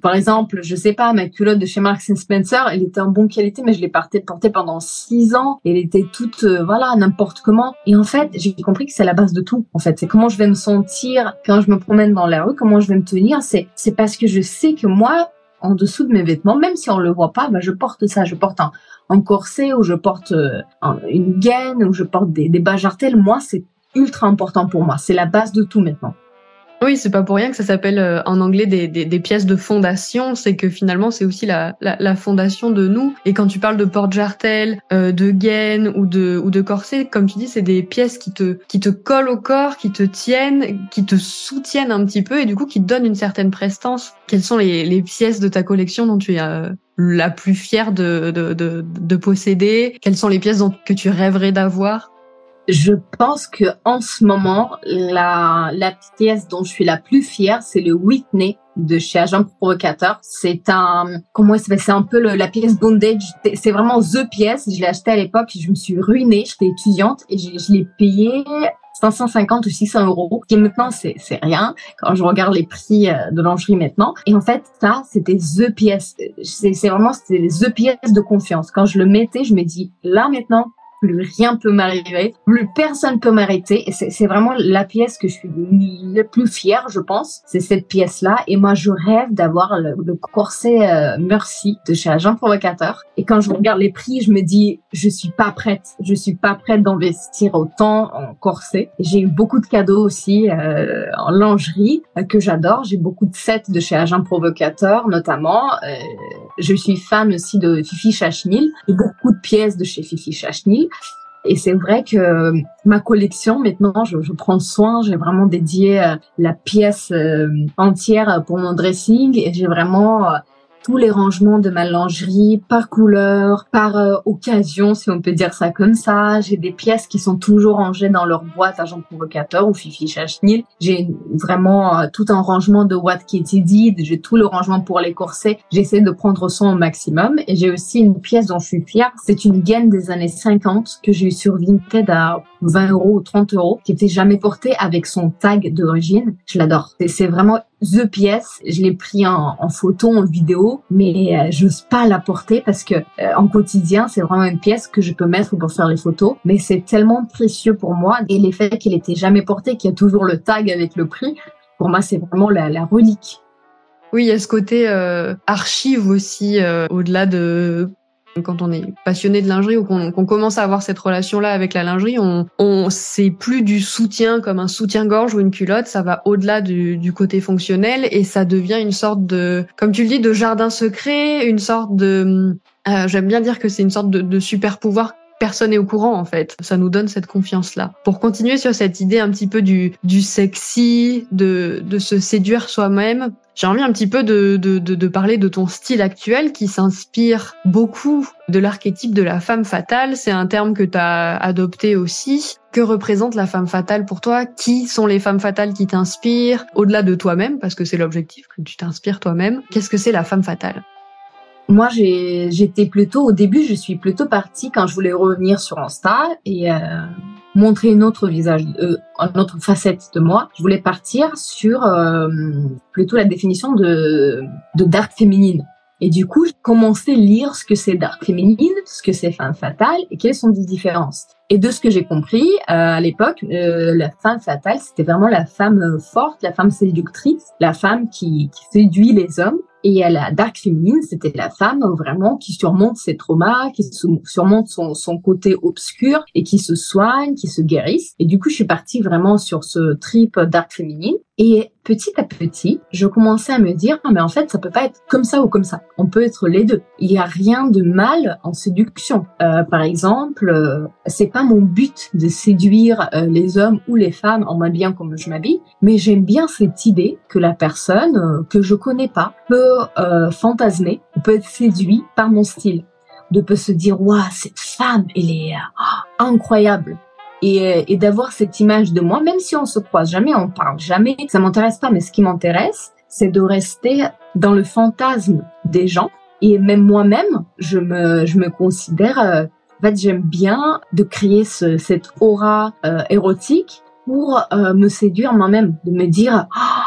Par exemple, je sais pas, ma culotte de chez Marks and Spencer, elle était en bonne qualité, mais je l'ai portée, portée pendant six ans. Elle était toute, euh, voilà, n'importe comment. Et en fait, j'ai compris que c'est la base de tout. En fait, c'est comment je vais me sentir quand je me promène dans la rue, comment je vais me tenir. C'est, c'est parce que je sais que moi, en dessous de mes vêtements, même si on le voit pas, bah, je porte ça. Je porte un, un corset, ou je porte euh, un, une gaine, ou je porte des, des bas jartelles. Moi, c'est ultra important pour moi. C'est la base de tout maintenant. Oui, c'est pas pour rien que ça s'appelle euh, en anglais des, des, des pièces de fondation. C'est que finalement, c'est aussi la, la, la fondation de nous. Et quand tu parles de porte-jartel, euh, de gaine ou de, ou de corset, comme tu dis, c'est des pièces qui te, qui te collent au corps, qui te tiennent, qui te soutiennent un petit peu et du coup qui te donnent une certaine prestance. Quelles sont les, les pièces de ta collection dont tu es euh, la plus fière de, de, de, de posséder? Quelles sont les pièces dont, que tu rêverais d'avoir? Je pense que en ce moment, la, la pièce dont je suis la plus fière, c'est le Whitney de chez Agent Provocateur. C'est un, comment ça s'appelle, c'est un peu le, la pièce bondage. C'est vraiment the pièce. Je l'ai acheté à l'époque, je me suis ruinée, j'étais étudiante et je, je l'ai payé cinq cent cinquante ou six cents euros, qui maintenant c'est c'est rien quand je regarde les prix de lingerie maintenant. Et en fait, ça, c'était the pièce. C'est c'est vraiment c'était the pièce de confiance. Quand je le mettais, je me dis là maintenant, plus rien peut m'arriver, plus personne peut m'arrêter. Et c'est, c'est vraiment la pièce que je suis le plus fière, je pense. C'est cette pièce-là. Et moi, je rêve d'avoir le, le corset euh, Mercy de chez Agent Provocateur. Et quand je regarde les prix, je me dis, je suis pas prête. Je suis pas prête d'investir autant en corset. J'ai eu beaucoup de cadeaux aussi euh, en lingerie euh, que j'adore. J'ai beaucoup de sets de chez Agent Provocateur, notamment. Euh, je suis fan aussi de Fifi Chachnil. J'ai beaucoup de pièces de chez Fifi Chachnil. Et c'est vrai que ma collection, maintenant, je, je prends soin. J'ai vraiment dédié euh, la pièce euh, entière pour mon dressing. Et j'ai vraiment euh, tous les rangements de ma lingerie par couleur, par euh, occasion, si on peut dire ça comme ça. J'ai des pièces qui sont toujours rangées dans leur boîte Agent Provocateur ou Fifi Chachnil. J'ai vraiment euh, tout un rangement de What Katie Did. J'ai tout le rangement pour les corsets. J'essaie de prendre soin au maximum. Et j'ai aussi une pièce dont je suis fière. C'est une gaine des années cinquante que j'ai eu sur Vinted à vingt euros ou trente euros, qui était jamais portée avec son tag d'origine. Je l'adore. C'est, c'est vraiment the pièce. Je l'ai pris en, en photo, en vidéo, mais euh, j'ose pas la porter parce que euh, en quotidien, c'est vraiment une pièce que je peux mettre pour faire les photos, mais c'est tellement précieux pour moi. Et l'effet qu'elle était jamais portée, qu'il y a toujours le tag avec le prix, pour moi, c'est vraiment la, la relique. Oui, il y a ce côté euh, archive aussi, euh, au-delà de... Quand on est passionné de lingerie ou qu'on, qu'on commence à avoir cette relation-là avec la lingerie, on, on c'est plus du soutien comme un soutien-gorge ou une culotte, ça va au-delà du, du côté fonctionnel et ça devient une sorte de, comme tu le dis, de jardin secret, une sorte de, euh, j'aime bien dire que c'est une sorte de, de super pouvoir. Personne n'est au courant en fait. Ça nous donne cette confiance-là. Pour continuer sur cette idée un petit peu du, du sexy, de, de se séduire soi-même, j'ai envie un petit peu de, de, de, de parler de ton style actuel qui s'inspire beaucoup de l'archétype de la femme fatale. C'est un terme que tu as adopté aussi. Que représente la femme fatale pour toi? Qui sont les femmes fatales qui t'inspirent? Au-delà de toi-même, parce que c'est l'objectif, que tu t'inspires toi-même. Qu'est-ce que c'est la femme fatale? Moi, j'ai, j'étais plutôt, au début, je suis plutôt partie quand je voulais revenir sur Insta et euh, montrer une autre visage, euh, une autre facette de moi. Je voulais partir sur euh, plutôt la définition de, de dark féminine. Et du coup, j'ai commencé à lire ce que c'est dark féminine, ce que c'est femme fatale et quelles sont les différences. Et de ce que j'ai compris, euh, à l'époque, euh, la femme fatale, c'était vraiment la femme forte, la femme séductrice, la femme qui, qui séduit les hommes. Et la dark féminine, c'était la femme vraiment qui surmonte ses traumas, qui surmonte son, son côté obscur et qui se soigne, qui se guérisse. Et du coup, je suis partie vraiment sur ce trip dark féminine. Et petit à petit, je commençais à me dire, ah, mais en fait, ça peut pas être comme ça ou comme ça. On peut être les deux. Il y a rien de mal en séduction. Euh, par exemple, euh, c'est pas mon but de séduire euh, les hommes ou les femmes en m'habillant comme je m'habille, mais j'aime bien cette idée que la personne euh, que je connais pas peut euh, fantasmer, peut être séduit par mon style, de peut se dire, waouh, cette femme, elle est oh, incroyable. Et, et d'avoir cette image de moi, même si on se croise jamais, on parle jamais, ça m'intéresse pas, mais ce qui m'intéresse, c'est de rester dans le fantasme des gens. Et même moi-même, je me, je me considère, euh, en fait, j'aime bien de créer ce, cette aura euh, érotique pour euh, me séduire moi-même, de me dire, oh,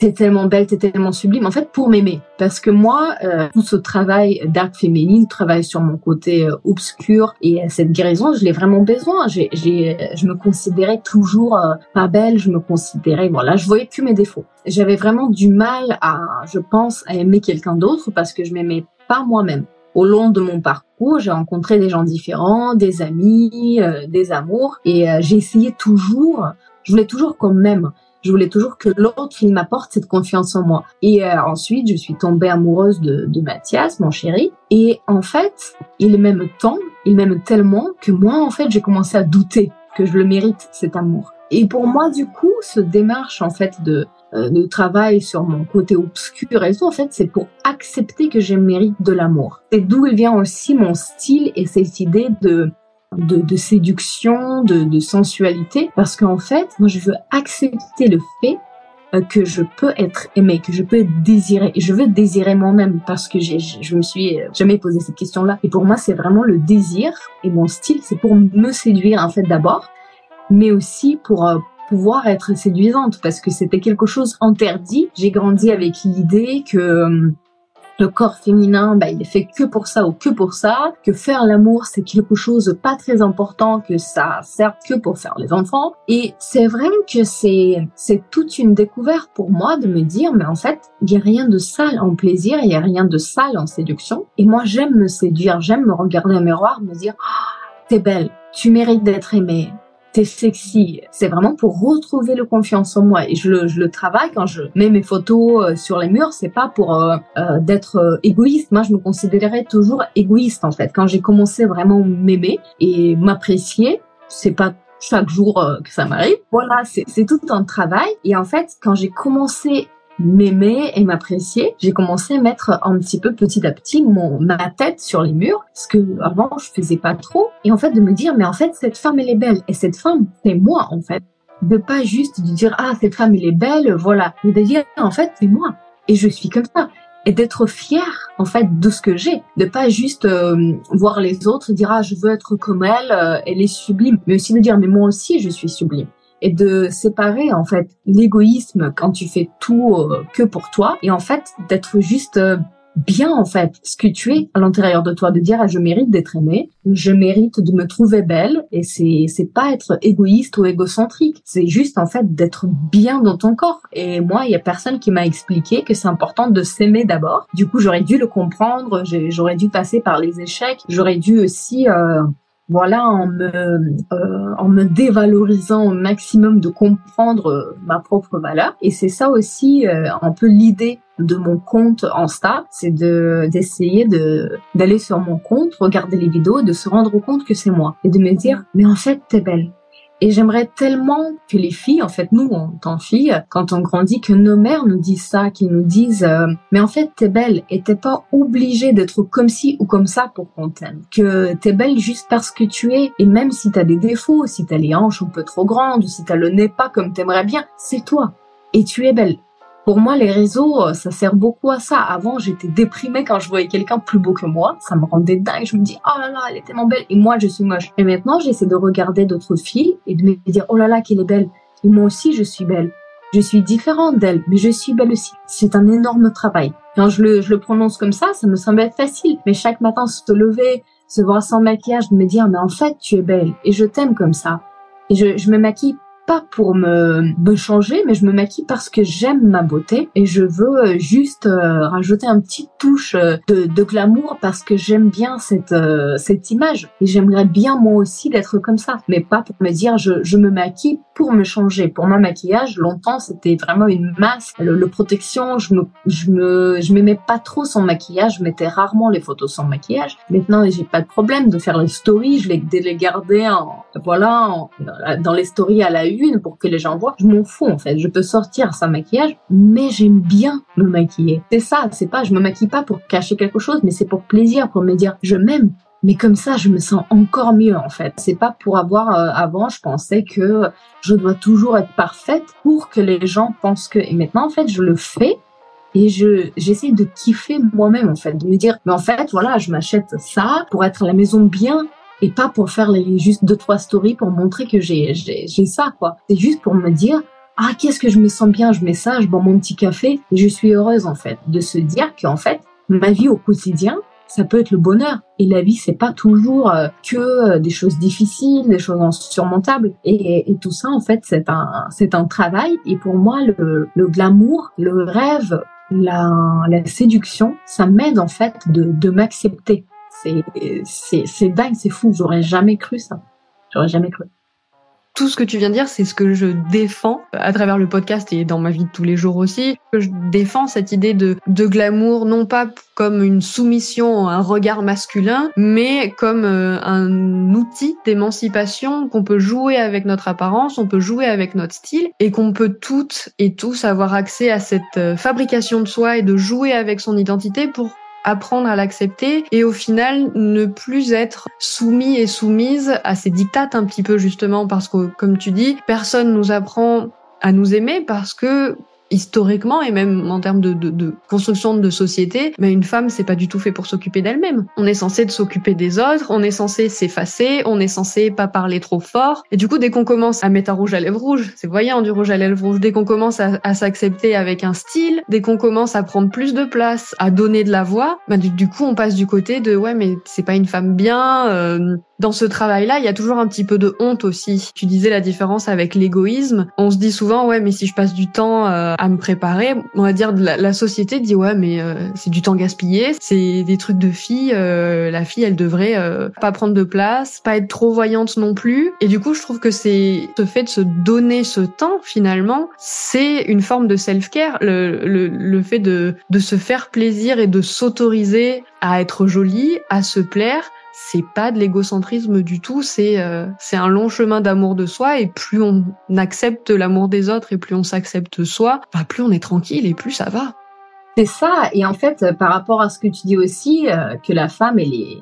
t'es tellement belle, t'es tellement sublime, en fait, pour m'aimer. Parce que moi, euh, tout ce travail d'arc féminine, travail sur mon côté euh, obscur et euh, cette guérison, je l'ai vraiment besoin. J'ai, j'ai, je me considérais toujours euh, pas belle, je me considérais, voilà, je voyais que mes défauts. J'avais vraiment du mal à, je pense, à aimer quelqu'un d'autre parce que je m'aimais pas moi-même. Au long de mon parcours, j'ai rencontré des gens différents, des amis, euh, des amours, et euh, j'ai essayé toujours, je voulais toujours qu'on m'aime. Je voulais toujours que l'autre, il m'apporte cette confiance en moi. Et euh, ensuite, je suis tombée amoureuse de, de Mathias, mon chéri. Et en fait, il m'aime tant, il m'aime tellement que moi, en fait, j'ai commencé à douter que je le mérite, cet amour. Et pour moi, du coup, ce démarche, en fait, de, euh, de travail sur mon côté obscur et tout, en fait, c'est pour accepter que je mérite de l'amour. C'est d'où il vient aussi mon style et cette idée de De, de séduction, de, de sensualité, parce qu'en fait, moi, je veux accepter le fait euh, que je peux être aimée, que je peux être désirée, et je veux désirer moi-même, parce que j'ai, je me suis jamais posé cette question-là. Et pour moi, c'est vraiment le désir, et mon style, c'est pour me séduire, en fait, d'abord, mais aussi pour euh, pouvoir être séduisante, parce que c'était quelque chose interdit. J'ai grandi avec l'idée que euh, le corps féminin, bah, il est fait que pour ça ou que pour ça, que faire l'amour, c'est quelque chose de pas très important, que ça sert que pour faire les enfants. Et c'est vrai que c'est, c'est toute une découverte pour moi de me dire, mais en fait, il y a rien de sale en plaisir, il y a rien de sale en séduction. Et moi, j'aime me séduire, j'aime me regarder au miroir, me dire, oh, t'es belle, tu mérites d'être aimée. T'es sexy. C'est vraiment pour retrouver le confiance en moi. Et je le, je le travaille quand je mets mes photos euh, sur les murs. C'est pas pour euh, euh, d'être euh, égoïste. Moi, je me considérais toujours égoïste, en fait. Quand j'ai commencé vraiment à m'aimer et m'apprécier, c'est pas chaque jour euh, que ça m'arrive. Voilà, c'est, c'est tout un travail. Et en fait, quand j'ai commencé m'aimer et m'apprécier, j'ai commencé à mettre un petit peu petit à petit mon ma tête sur les murs, ce que avant je faisais pas trop, et en fait de me dire mais en fait cette femme elle est belle, et cette femme c'est moi en fait, de pas juste de dire ah cette femme elle est belle, voilà, mais de dire en fait c'est moi et je suis comme ça, et d'être fière en fait de ce que j'ai, de pas juste euh, voir les autres dire ah je veux être comme elle, euh, elle est sublime, mais aussi de dire mais moi aussi je suis sublime. Et de séparer en fait l'égoïsme quand tu fais tout euh, que pour toi, et en fait d'être juste euh, bien en fait ce que tu es à l'intérieur de toi, de dire ah, je mérite d'être aimée, je mérite de me trouver belle, et c'est c'est pas être égoïste ou égocentrique, c'est juste en fait d'être bien dans ton corps. Et moi il y a personne qui m'a expliqué que c'est important de s'aimer d'abord. Du coup j'aurais dû le comprendre, j'ai, j'aurais dû passer par les échecs, j'aurais dû aussi euh, voilà, en me, euh, en me dévalorisant au maximum, de comprendre euh, ma propre valeur. Et c'est ça aussi euh, un peu l'idée de mon compte Insta, c'est de d'essayer de d'aller sur mon compte, regarder les vidéos, de se rendre compte que c'est moi et de me dire mais en fait t'es belle. Et j'aimerais tellement que les filles, en fait, nous, en tant que filles, quand on grandit, que nos mères nous disent ça, qu'ils nous disent euh, mais en fait, t'es belle et t'es pas obligée d'être comme ci ou comme ça pour qu'on t'aime. Que t'es belle juste parce que tu es, et même si t'as des défauts, si t'as les hanches un peu trop grandes, ou si t'as le nez pas comme t'aimerais bien, c'est toi. Et tu es belle. Pour moi, les réseaux, ça sert beaucoup à ça. Avant, j'étais déprimée quand je voyais quelqu'un plus beau que moi. Ça me rendait dingue. Je me dis, oh là là, elle est tellement belle. Et moi, je suis moche. Et maintenant, j'essaie de regarder d'autres filles et de me dire, oh là là, qu'elle est belle. Et moi aussi, je suis belle. Je suis différente d'elle, mais je suis belle aussi. C'est un énorme travail. Quand je le, je le prononce comme ça, ça me semble être facile. Mais chaque matin, se lever, se voir sans maquillage, de me dire, mais en fait, tu es belle. Et je t'aime comme ça. Et je, je me maquille pas pour me, me changer, mais je me maquille parce que j'aime ma beauté et je veux juste euh, rajouter un petit touche de, de glamour parce que j'aime bien cette euh, cette image, et j'aimerais bien moi aussi d'être comme ça, mais pas pour me dire je, je me maquille pour me changer. Pour moi, maquillage, longtemps, c'était vraiment une masse. Le, le protection, je me je me je m'aimais pas trop sans maquillage, je mettais rarement les photos sans maquillage. Maintenant, j'ai pas de problème de faire les stories, je les, les gardais en, voilà, en, dans les stories à la une pour que les gens voient. Je m'en fous en fait, je peux sortir sans maquillage, mais j'aime bien me maquiller. C'est ça, c'est pas, je me maquille pas pour cacher quelque chose, mais c'est pour plaisir, pour me dire je m'aime. Mais comme ça, je me sens encore mieux en fait. C'est pas pour avoir. Euh, avant, je pensais que je dois toujours être parfaite pour que les gens pensent que. Et maintenant, en fait, je le fais. Et je j'essaie de kiffer moi-même en fait, de me dire mais en fait voilà, je m'achète ça pour être à la maison bien, et pas pour faire les juste deux trois stories pour montrer que j'ai j'ai j'ai ça quoi. C'est juste pour me dire ah, qu'est-ce que je me sens bien, je mets ça, je bois mon petit café et je suis heureuse en fait. De se dire qu'en fait, ma vie au quotidien, ça peut être le bonheur. Et la vie, c'est pas toujours euh, que euh, des choses difficiles, des choses insurmontables. Et, et tout ça, en fait, c'est un, c'est un travail. Et pour moi, le, le glamour, le rêve, la, la séduction, ça m'aide en fait de, de m'accepter. C'est, c'est, c'est dingue, c'est fou. J'aurais jamais cru ça. J'aurais jamais cru. Tout ce que tu viens de dire, c'est ce que je défends à travers le podcast et dans ma vie de tous les jours aussi. Je défends cette idée de, de glamour, non pas comme une soumission à un regard masculin, mais comme euh, un outil d'émancipation qu'on peut jouer avec notre apparence, on peut jouer avec notre style et qu'on peut toutes et tous avoir accès à cette fabrication de soi et de jouer avec son identité pour apprendre à l'accepter et au final ne plus être soumis et soumise à ces dictates un petit peu justement parce que comme tu dis, personne nous apprend à nous aimer parce que historiquement et même en termes de, de, de construction de société, mais une femme c'est pas du tout fait pour s'occuper d'elle-même. On est censé de s'occuper des autres, on est censé s'effacer, on est censé pas parler trop fort. Et du coup, dès qu'on commence à mettre un rouge à lèvres rouge, c'est voyant du rouge à lèvres rouge, dès qu'on commence à, à s'accepter avec un style, dès qu'on commence à prendre plus de place, à donner de la voix, bah du, du coup on passe du côté de ouais mais c'est pas une femme bien. Euh, Dans ce travail-là, il y a toujours un petit peu de honte aussi. Tu disais la différence avec l'égoïsme. On se dit souvent, ouais, mais si je passe du temps euh, à me préparer, on va dire la, la société dit, ouais, mais euh, c'est du temps gaspillé, c'est des trucs de fille. Euh, la fille, elle devrait euh, pas prendre de place, pas être trop voyante non plus. Et du coup, je trouve que c'est ce fait de se donner ce temps, finalement, c'est une forme de self-care. Le, le, le fait de, de se faire plaisir et de s'autoriser à être jolie, à se plaire. C'est pas de l'égocentrisme du tout, c'est euh, c'est un long chemin d'amour de soi et plus on accepte l'amour des autres et plus on s'accepte soi, bah plus on est tranquille et plus ça va. C'est ça, et en fait par rapport à ce que tu dis aussi, euh, que la femme elle est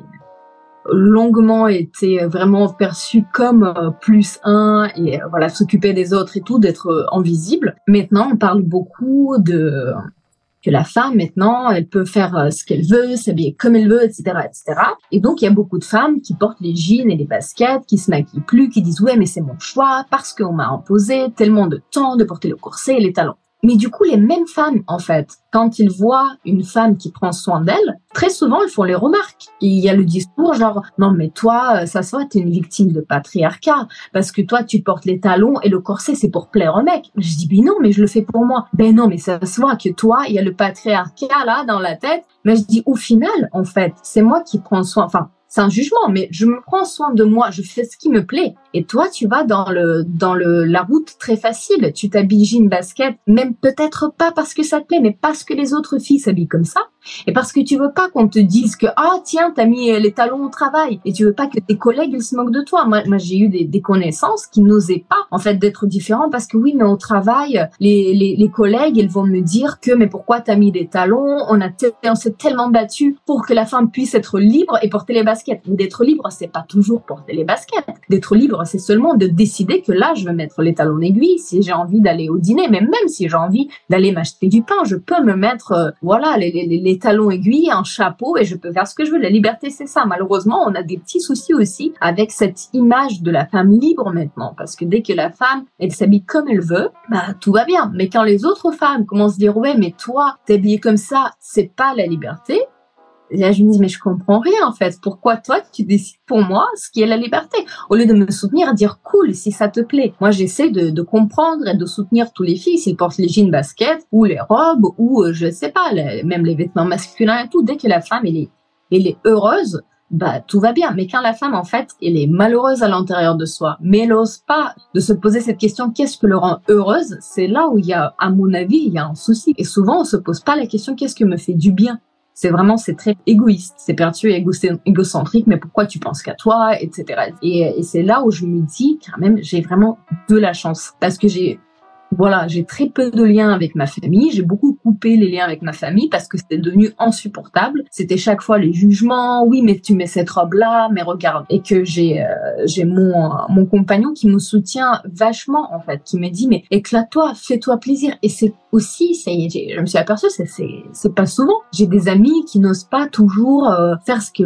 longuement été vraiment perçue comme euh, plus un et euh, voilà s'occuper des autres et tout, d'être euh, invisible. Maintenant on parle beaucoup de que la femme, maintenant, elle peut faire euh, ce qu'elle veut, s'habiller comme elle veut, et cetera, et cetera. Et donc, il y a beaucoup de femmes qui portent les jeans et les baskets, qui se maquillent plus, qui disent « Ouais, mais c'est mon choix, parce qu'on m'a imposé tellement de temps de porter le corset et les talons. » Mais du coup, les mêmes femmes, en fait, quand ils voient une femme qui prend soin d'elle, très souvent, ils font les remarques. Et il y a le discours genre « Non, mais toi, ça se voit, t'es une victime de patriarcat, parce que toi, tu portes les talons et le corset, c'est pour plaire au mec. » Je dis « Ben non, mais je le fais pour moi. » Ben non, mais ça se voit que toi, il y a le patriarcat là, dans la tête. Mais je dis « Au final, en fait, c'est moi qui prends soin... » Enfin, c'est un jugement, mais je me prends soin de moi, je fais ce qui me plaît. Et toi, tu vas dans le dans le la route très facile. Tu t'habilles jean basket, même peut-être pas parce que ça te plaît, mais parce que les autres filles s'habillent comme ça. Et parce que tu veux pas qu'on te dise que ah tiens t'as mis les talons au travail et tu veux pas que tes collègues ils se moquent de toi. Moi, moi j'ai eu des, des connaissances qui n'osaient pas en fait d'être différents parce que oui mais au travail les les, les collègues ils vont me dire que mais pourquoi t'as mis des talons, on a t- on s'est tellement battu pour que la femme puisse être libre et porter les baskets. Mais d'être libre c'est pas toujours porter les baskets. D'être libre c'est seulement de décider que là je vais mettre les talons aiguilles si j'ai envie d'aller au dîner, mais même si j'ai envie d'aller m'acheter du pain je peux me mettre euh, voilà les, les, les les talons aiguilles, un chapeau et je peux faire ce que je veux. La liberté, c'est ça. Malheureusement, on a des petits soucis aussi avec cette image de la femme libre maintenant. Parce que dès que la femme, elle s'habille comme elle veut, bah, tout va bien. Mais quand les autres femmes commencent à dire, ouais, mais toi, t'es habillée comme ça, c'est pas la liberté. Là, je me dis, mais je comprends rien, en fait. Pourquoi toi, tu décides pour moi ce qui est la liberté? Au lieu de me soutenir, dire, cool, si ça te plaît. Moi, j'essaie de, de comprendre et de soutenir tous les filles s'ils portent les jeans baskets ou les robes ou, euh, je sais pas, les, même les vêtements masculins et tout. Dès que la femme, elle est, elle est heureuse, bah, tout va bien. Mais quand la femme, en fait, elle est malheureuse à l'intérieur de soi, mais elle n'ose pas de se poser cette question, qu'est-ce que le rend heureuse? C'est là où il y a, à mon avis, il y a un souci. Et souvent, on se pose pas la question, qu'est-ce que me fait du bien? C'est vraiment, c'est très égoïste, c'est perçu et égocentrique, mais pourquoi tu penses qu'à toi, et cetera. Et, et c'est là où je me dis, quand même, j'ai vraiment de la chance. Parce que j'ai, voilà, j'ai très peu de liens avec ma famille, j'ai beaucoup coupé les liens avec ma famille parce que c'était devenu insupportable. C'était chaque fois les jugements, oui, mais tu mets cette robe-là, mais regarde. Et que j'ai, euh, j'ai mon, mon compagnon qui me soutient vachement, en fait, qui me dit, mais éclate-toi, fais-toi plaisir. Et c'est aussi, c'est, je me suis aperçue, c'est, c'est, c'est pas souvent. J'ai des amis qui n'osent pas toujours euh, faire ce que leur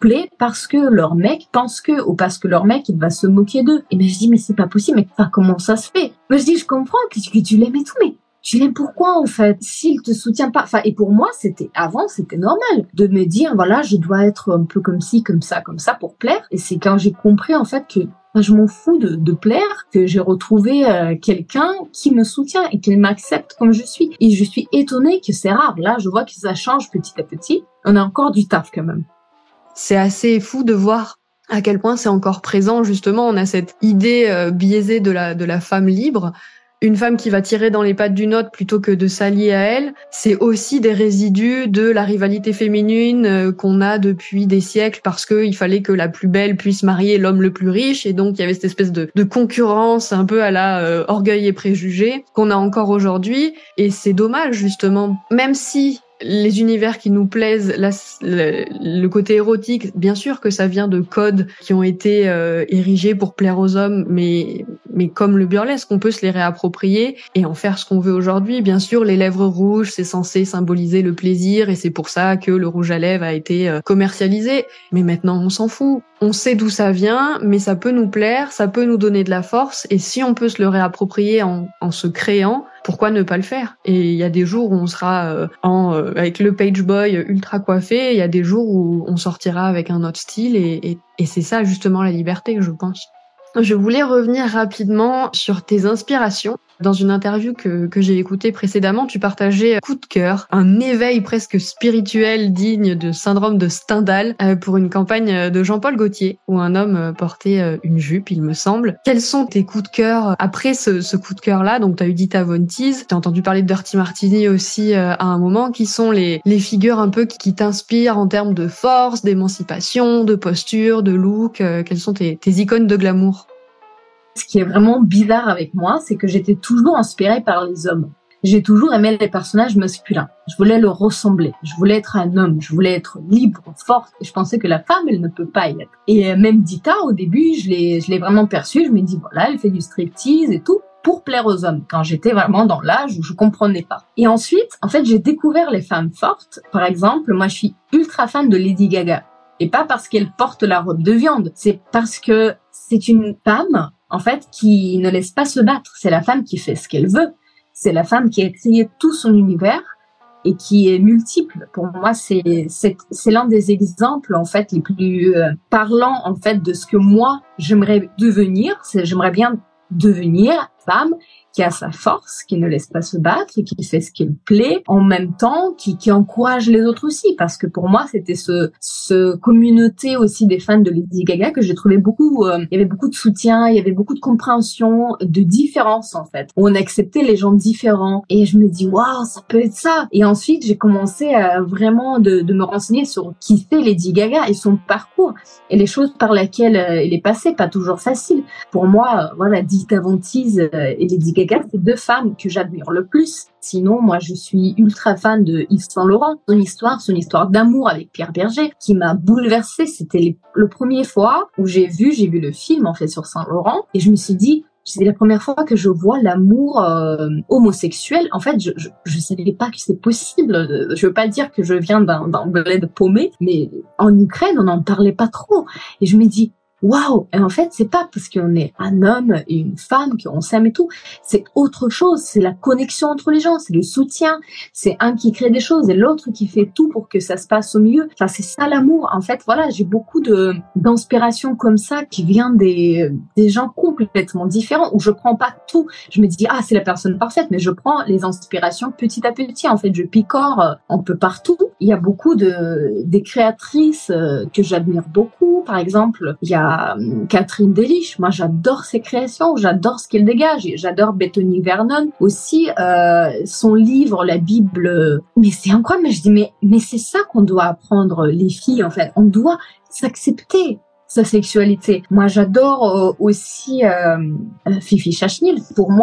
plaît parce que leur mec pense que, ou parce que leur mec, il va se moquer d'eux. Et ben, je dis, mais c'est pas possible, mais enfin, comment ça se fait? Moi, je dis, je comprends que tu, que tu l'aimes et tout, mais tu l'aimes pourquoi, en fait? S'il te soutient pas, enfin, et pour moi, c'était, avant, c'était normal de me dire, voilà, je dois être un peu comme ci, comme ça, comme ça pour plaire. Et c'est quand j'ai compris, en fait, que je m'en fous de, de plaire, que j'ai retrouvé euh, quelqu'un qui me soutient et qui m'accepte comme je suis. Et je suis étonnée que c'est rare. Là, je vois que ça change petit à petit. On a encore du taf quand même. C'est assez fou de voir à quel point c'est encore présent. Justement, on a cette idée euh, biaisée de la, de la femme libre. Une femme qui va tirer dans les pattes d'une autre plutôt que de s'allier à elle, c'est aussi des résidus de la rivalité féminine euh, qu'on a depuis des siècles parce que il fallait que la plus belle puisse marier l'homme le plus riche et donc il y avait cette espèce de, de concurrence un peu à la euh, orgueil et préjugés qu'on a encore aujourd'hui et c'est dommage justement, même si les univers qui nous plaisent, la, le, le côté érotique, bien sûr que ça vient de codes qui ont été euh, érigés pour plaire aux hommes, mais mais comme le burlesque, on peut se les réapproprier et en faire ce qu'on veut aujourd'hui. Bien sûr, les lèvres rouges, c'est censé symboliser le plaisir et c'est pour ça que le rouge à lèvres a été euh, commercialisé. Mais maintenant, on s'en fout. On sait d'où ça vient, mais ça peut nous plaire, ça peut nous donner de la force et si on peut se le réapproprier en, en se créant, pourquoi ne pas le faire? Et il y a des jours où on sera euh, en euh, avec le page boy ultra coiffé, il y a des jours où on sortira avec un autre style et, et, et c'est ça justement la liberté, je pense. Je voulais revenir rapidement sur tes inspirations. Dans une interview que, que j'ai écoutée précédemment, tu partageais coup de cœur, un éveil presque spirituel digne de syndrome de Stendhal euh, pour une campagne de Jean-Paul Gaultier où un homme portait une jupe, il me semble. Quels sont tes coups de cœur après ce, ce coup de cœur-là? Donc t'as eu Dita Von Teese, t'as entendu parler de Dirty Martini aussi euh, à un moment. Qui sont les, les figures un peu qui, qui t'inspirent en termes de force, d'émancipation, de posture, de look? euh, Quelles sont tes, tes icônes de glamour? Ce qui est vraiment bizarre avec moi, c'est que j'étais toujours inspirée par les hommes. J'ai toujours aimé les personnages masculins. Je voulais leur ressembler. Je voulais être un homme. Je voulais être libre, forte. Et je pensais que la femme, elle ne peut pas y être. Et même Dita, au début, je l'ai, je l'ai vraiment perçue. Je me dis, voilà, elle fait du striptease et tout pour plaire aux hommes. Quand j'étais vraiment dans l'âge où je comprenais pas. Et ensuite, en fait, j'ai découvert les femmes fortes. Par exemple, moi, je suis ultra fan de Lady Gaga. Et pas parce qu'elle porte la robe de viande. C'est parce que c'est une femme en fait, qui ne laisse pas se battre. C'est la femme qui fait ce qu'elle veut. C'est la femme qui a créé tout son univers et qui est multiple. Pour moi, c'est, c'est, c'est l'un des exemples, en fait, les plus euh, parlants, en fait, de ce que moi, j'aimerais devenir. C'est, j'aimerais bien devenir femme qui a sa force, qui ne laisse pas se battre et qui fait ce qu'elle plaît, en même temps qui, qui encourage les autres aussi, parce que pour moi c'était ce, ce communauté aussi des fans de Lady Gaga que j'ai trouvé beaucoup, euh, il y avait beaucoup de soutien, il y avait beaucoup de compréhension, de différence en fait. On acceptait les gens différents et je me dis waouh, ça peut être ça. Et ensuite j'ai commencé à vraiment de, de me renseigner sur qui c'est Lady Gaga et son parcours et les choses par lesquelles euh, elle est passée, pas toujours facile. Pour moi, euh, voilà, Dita Von Teese euh, et Lady Gaga, c'est deux femmes que j'admire le plus. Sinon, moi, je suis ultra fan de Yves Saint Laurent. Son histoire, son histoire d'amour avec Pierre Berger, qui m'a bouleversée. C'était les, le premier fois où j'ai vu, j'ai vu le film, en fait, sur Saint Laurent, et je me suis dit, c'est la première fois que je vois l'amour euh, homosexuel. En fait, je, je je savais pas que c'est possible. Je veux pas dire que je viens d'un d'un bled paumé, mais en Ukraine, on n'en parlait pas trop. Et je me dis, waouh! Et en fait, c'est pas parce qu'on est un homme et une femme qu'on s'aime et tout. C'est autre chose. C'est la connexion entre les gens. C'est le soutien. C'est un qui crée des choses et l'autre qui fait tout pour que ça se passe au mieux. Enfin, c'est ça l'amour. En fait, voilà, j'ai beaucoup de, d'inspiration comme ça qui vient des, des gens complètement différents où je prends pas tout. Je me dis, ah, c'est la personne parfaite, mais je prends les inspirations petit à petit. En fait, je picore un peu partout. Il y a beaucoup de, des créatrices que j'admire beaucoup. Par exemple, il y a Catherine Delich, moi j'adore ses créations, j'adore ce qu'elle dégage, j'adore Bethany Vernon aussi, euh, son livre La Bible, mais c'est incroyable, mais je dis mais mais c'est ça qu'on doit apprendre les filles en fait, on doit s'accepter sa sexualité. Moi j'adore euh, aussi euh, Fifi Chachnil, pour moi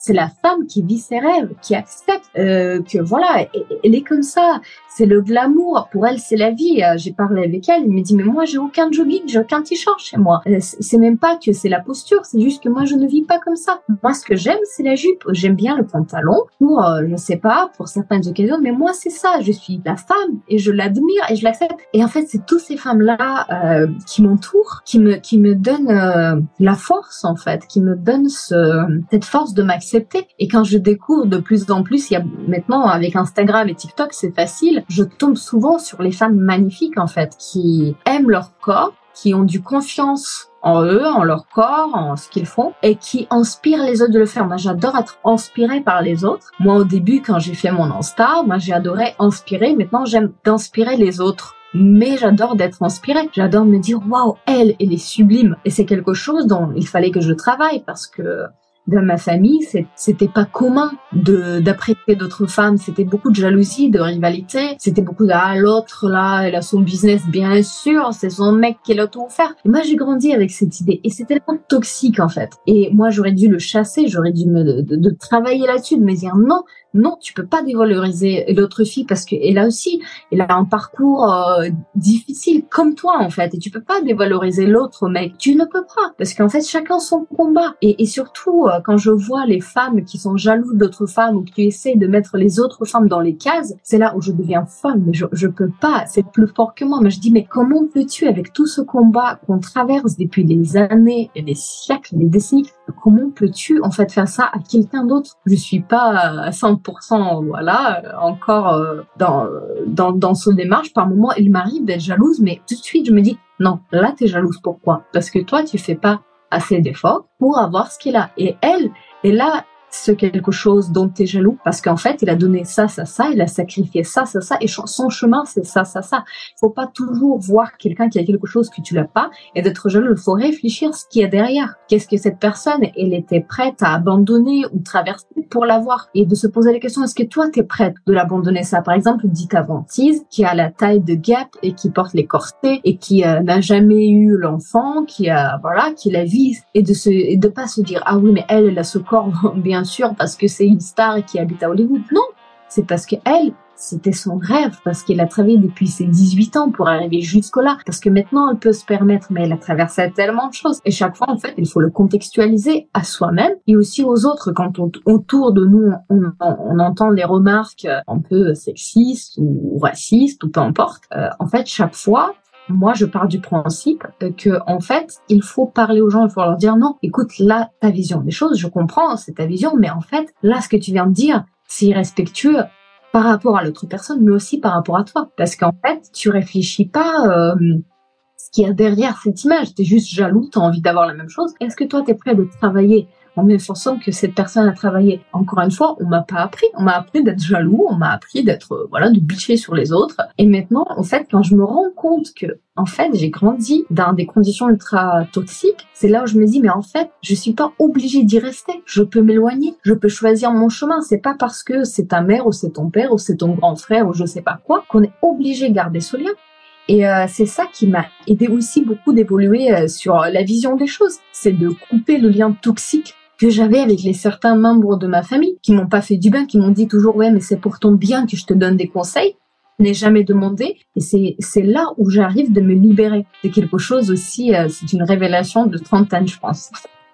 c'est la femme qui vit ses rêves, qui accepte euh, que voilà, elle, elle est comme ça. C'est le glamour. Pour elle, c'est la vie. Euh, j'ai parlé avec elle, elle me dit mais moi j'ai aucun jogging, j'ai aucun t-shirt chez moi. Euh, c'est même pas que c'est la posture, c'est juste que moi je ne vis pas comme ça. Moi ce que j'aime c'est la jupe. J'aime bien le pantalon pour euh, je sais pas, pour certaines occasions, mais moi c'est ça. Je suis la femme et je l'admire et je l'accepte. Et en fait c'est toutes ces femmes là euh, qui m'entourent, qui me qui me donnent euh, la force en fait, qui me donnent ce, cette force de m'accepter. Et quand je découvre de plus en plus, il y a maintenant avec Instagram et TikTok c'est facile. Je tombe souvent sur les femmes magnifiques, en fait, qui aiment leur corps, qui ont du confiance en eux, en leur corps, en ce qu'ils font, et qui inspirent les autres de le faire. Moi, j'adore être inspirée par les autres. Moi, au début, quand j'ai fait mon Insta, moi, j'ai adoré inspirer. Maintenant, j'aime d'inspirer les autres. Mais j'adore d'être inspirée. J'adore me dire, waouh, elle, elle est sublime. Et c'est quelque chose dont il fallait que je travaille parce que dans ma famille, c'était pas commun de d'apprécier d'autres femmes. C'était beaucoup de jalousie, de rivalité. C'était beaucoup de ah l'autre là, elle a son business bien sûr, c'est son mec qui l'a tout offert. Et moi j'ai grandi avec cette idée et c'est tellement toxique en fait. Et moi j'aurais dû le chasser, j'aurais dû me de, de, de travailler là-dessus, de me dire non. Non, tu peux pas dévaloriser l'autre fille parce que elle a aussi, elle a un parcours euh, difficile comme toi en fait, et tu peux pas dévaloriser l'autre mec. Tu ne peux pas parce qu'en fait chacun son combat. Et, et surtout euh, quand je vois les femmes qui sont jalouses d'autres femmes ou qui essaient de mettre les autres femmes dans les cases, c'est là où je deviens folle. Mais je je peux pas, c'est plus fort que moi. Mais je dis mais comment peux-tu avec tout ce combat qu'on traverse depuis des années, et des siècles, des décennies, comment peux-tu en fait faire ça à quelqu'un d'autre? Je suis pas à cent pour cent voilà encore euh, dans dans dans ce démarche. Par moment il m'arrive d'être jalouse, mais tout de suite je me dis non, là t'es jalouse. Pourquoi? Parce que toi tu fais pas assez d'efforts pour avoir ce qu'il a, et elle elle a ce quelque chose dont t'es jaloux parce qu'en fait il a donné ça ça ça, il a sacrifié ça ça ça, et son chemin c'est ça ça ça. Faut pas toujours voir quelqu'un qui a quelque chose que tu l'as pas et d'être jaloux. Il faut réfléchir ce qu'il y a derrière. Qu'est-ce que cette personne elle était prête à abandonner ou traverser pour l'avoir, et de se poser la question est-ce que toi t'es prête de l'abandonner. Ça par exemple Dita Von Teese qui a la taille de Gap et qui porte les corsets et qui euh, n'a jamais eu l'enfant, qui a voilà qui la vise, et de se et de pas se dire ah oui mais elle elle a ce corps bien sûr parce que c'est une star qui habite à Hollywood. Non, c'est parce que elle, c'était son rêve, parce qu'elle a travaillé depuis ses dix-huit ans pour arriver jusque-là, parce que maintenant elle peut se permettre, mais elle a traversé tellement de choses. Et chaque fois, en fait, il faut le contextualiser à soi-même et aussi aux autres. Quand on, autour de nous, on, on, on entend les remarques un peu sexistes ou racistes ou peu importe, euh, en fait, chaque fois, moi, je pars du principe que, en fait, il faut parler aux gens, il faut leur dire non, écoute, là, ta vision des choses, je comprends, c'est ta vision, mais en fait, là, ce que tu viens de dire, c'est irrespectueux par rapport à l'autre personne, mais aussi par rapport à toi. Parce qu'en fait, tu réfléchis pas euh, ce qu'il y a derrière cette image. T'es juste jaloux, t'as envie d'avoir la même chose. Est-ce que toi, t'es prêt de travailler en même façon que cette personne a travaillé? Encore une fois, on m'a pas appris. On m'a appris d'être jaloux, on m'a appris d'être, euh, voilà, de bitcher sur les autres. Et maintenant, en fait, quand je me rends compte que, en fait, j'ai grandi dans des conditions ultra toxiques, c'est là où je me dis, mais en fait, je suis pas obligée d'y rester. Je peux m'éloigner. Je peux choisir mon chemin. C'est pas parce que c'est ta mère ou c'est ton père ou c'est ton grand frère ou je sais pas quoi qu'on est obligé de garder ce lien. Et euh, c'est ça qui m'a aidé aussi beaucoup d'évoluer euh, sur la vision des choses. C'est de couper le lien toxique que j'avais avec les certains membres de ma famille qui m'ont pas fait du bien, qui m'ont dit toujours ouais mais c'est pour ton bien que je te donne des conseils. Je n'ai jamais demandé, et c'est c'est là où j'arrive de me libérer. C'est quelque chose aussi, euh, c'est une révélation de trentaine je pense.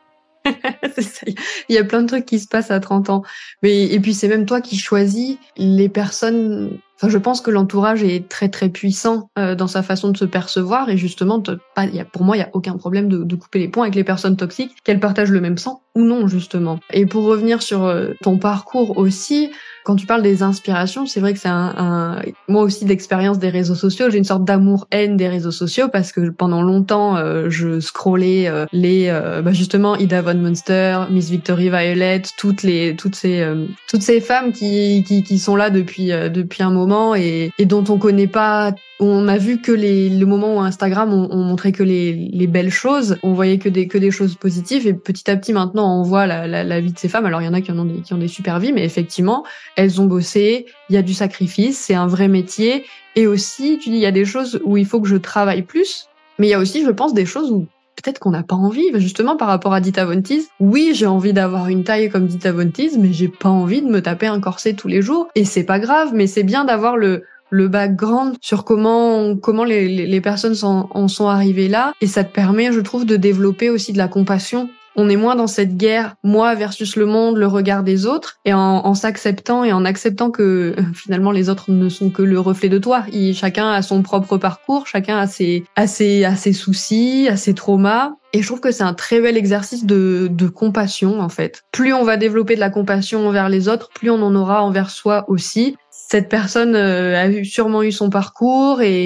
C'est ça. Il y a plein de trucs qui se passent à trente ans. Mais, et puis c'est même toi qui choisis les personnes. Enfin, je pense que l'entourage est très très puissant euh, dans sa façon de se percevoir, et justement, de, pas, y a, pour moi, il y a aucun problème de, de couper les ponts avec les personnes toxiques, qu'elles partagent le même sang ou non, justement. Et pour revenir sur euh, ton parcours aussi, quand tu parles des inspirations, c'est vrai que c'est un, un moi aussi d'expérience des réseaux sociaux, j'ai une sorte d'amour-haine des réseaux sociaux parce que pendant longtemps euh, je scrollais euh, les euh, bah justement Ida Von Munster, Miss Victory Violet, toutes les toutes ces euh, toutes ces femmes qui qui qui sont là depuis euh, depuis un moment et et dont on connaît pas. On a vu que les, le moment où Instagram on, on montrait que les, les belles choses, on voyait que des que des choses positives, et petit à petit maintenant on voit la, la, la vie de ces femmes. Alors il y en a qui en ont des, qui ont des super vies, mais effectivement elles ont bossé, il y a du sacrifice, c'est un vrai métier. Et aussi tu dis il y a des choses où il faut que je travaille plus, mais il y a aussi je pense des choses où peut-être qu'on n'a pas envie. Justement, par rapport à Dita Von Teese, oui, j'ai envie d'avoir une taille comme Dita Von Teese, mais j'ai pas envie de me taper un corset tous les jours. Et c'est pas grave, mais c'est bien d'avoir le le background sur comment comment les, les, les personnes en, en sont arrivées là. Et ça te permet, je trouve, de développer aussi de la compassion. On est moins dans cette guerre, moi versus le monde, le regard des autres, et en, en s'acceptant et en acceptant que euh, finalement les autres ne sont que le reflet de toi. Il, chacun a son propre parcours, chacun a ses, a ses, a ses soucis, a ses traumas. Et je trouve que c'est un très bel exercice de, de compassion, en fait. Plus on va développer de la compassion envers les autres, plus on en aura envers soi aussi. Cette personne euh, a eu, sûrement eu son parcours et,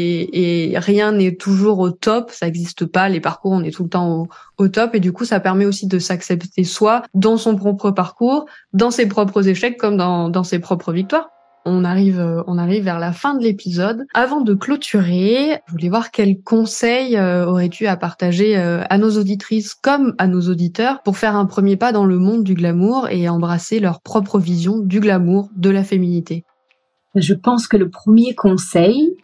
et, et rien n'est toujours au top. Ça n'existe pas. Les parcours, on est tout le temps au, au top. Et du coup, ça permet aussi de s'accepter soi dans son propre parcours, dans ses propres échecs comme dans, dans ses propres victoires. On arrive, on arrive vers la fin de l'épisode. Avant de clôturer, je voulais voir quels conseils euh, aurais-tu à partager euh, à nos auditrices comme à nos auditeurs pour faire un premier pas dans le monde du glamour et embrasser leur propre vision du glamour, de la féminité. Je pense que le premier conseil,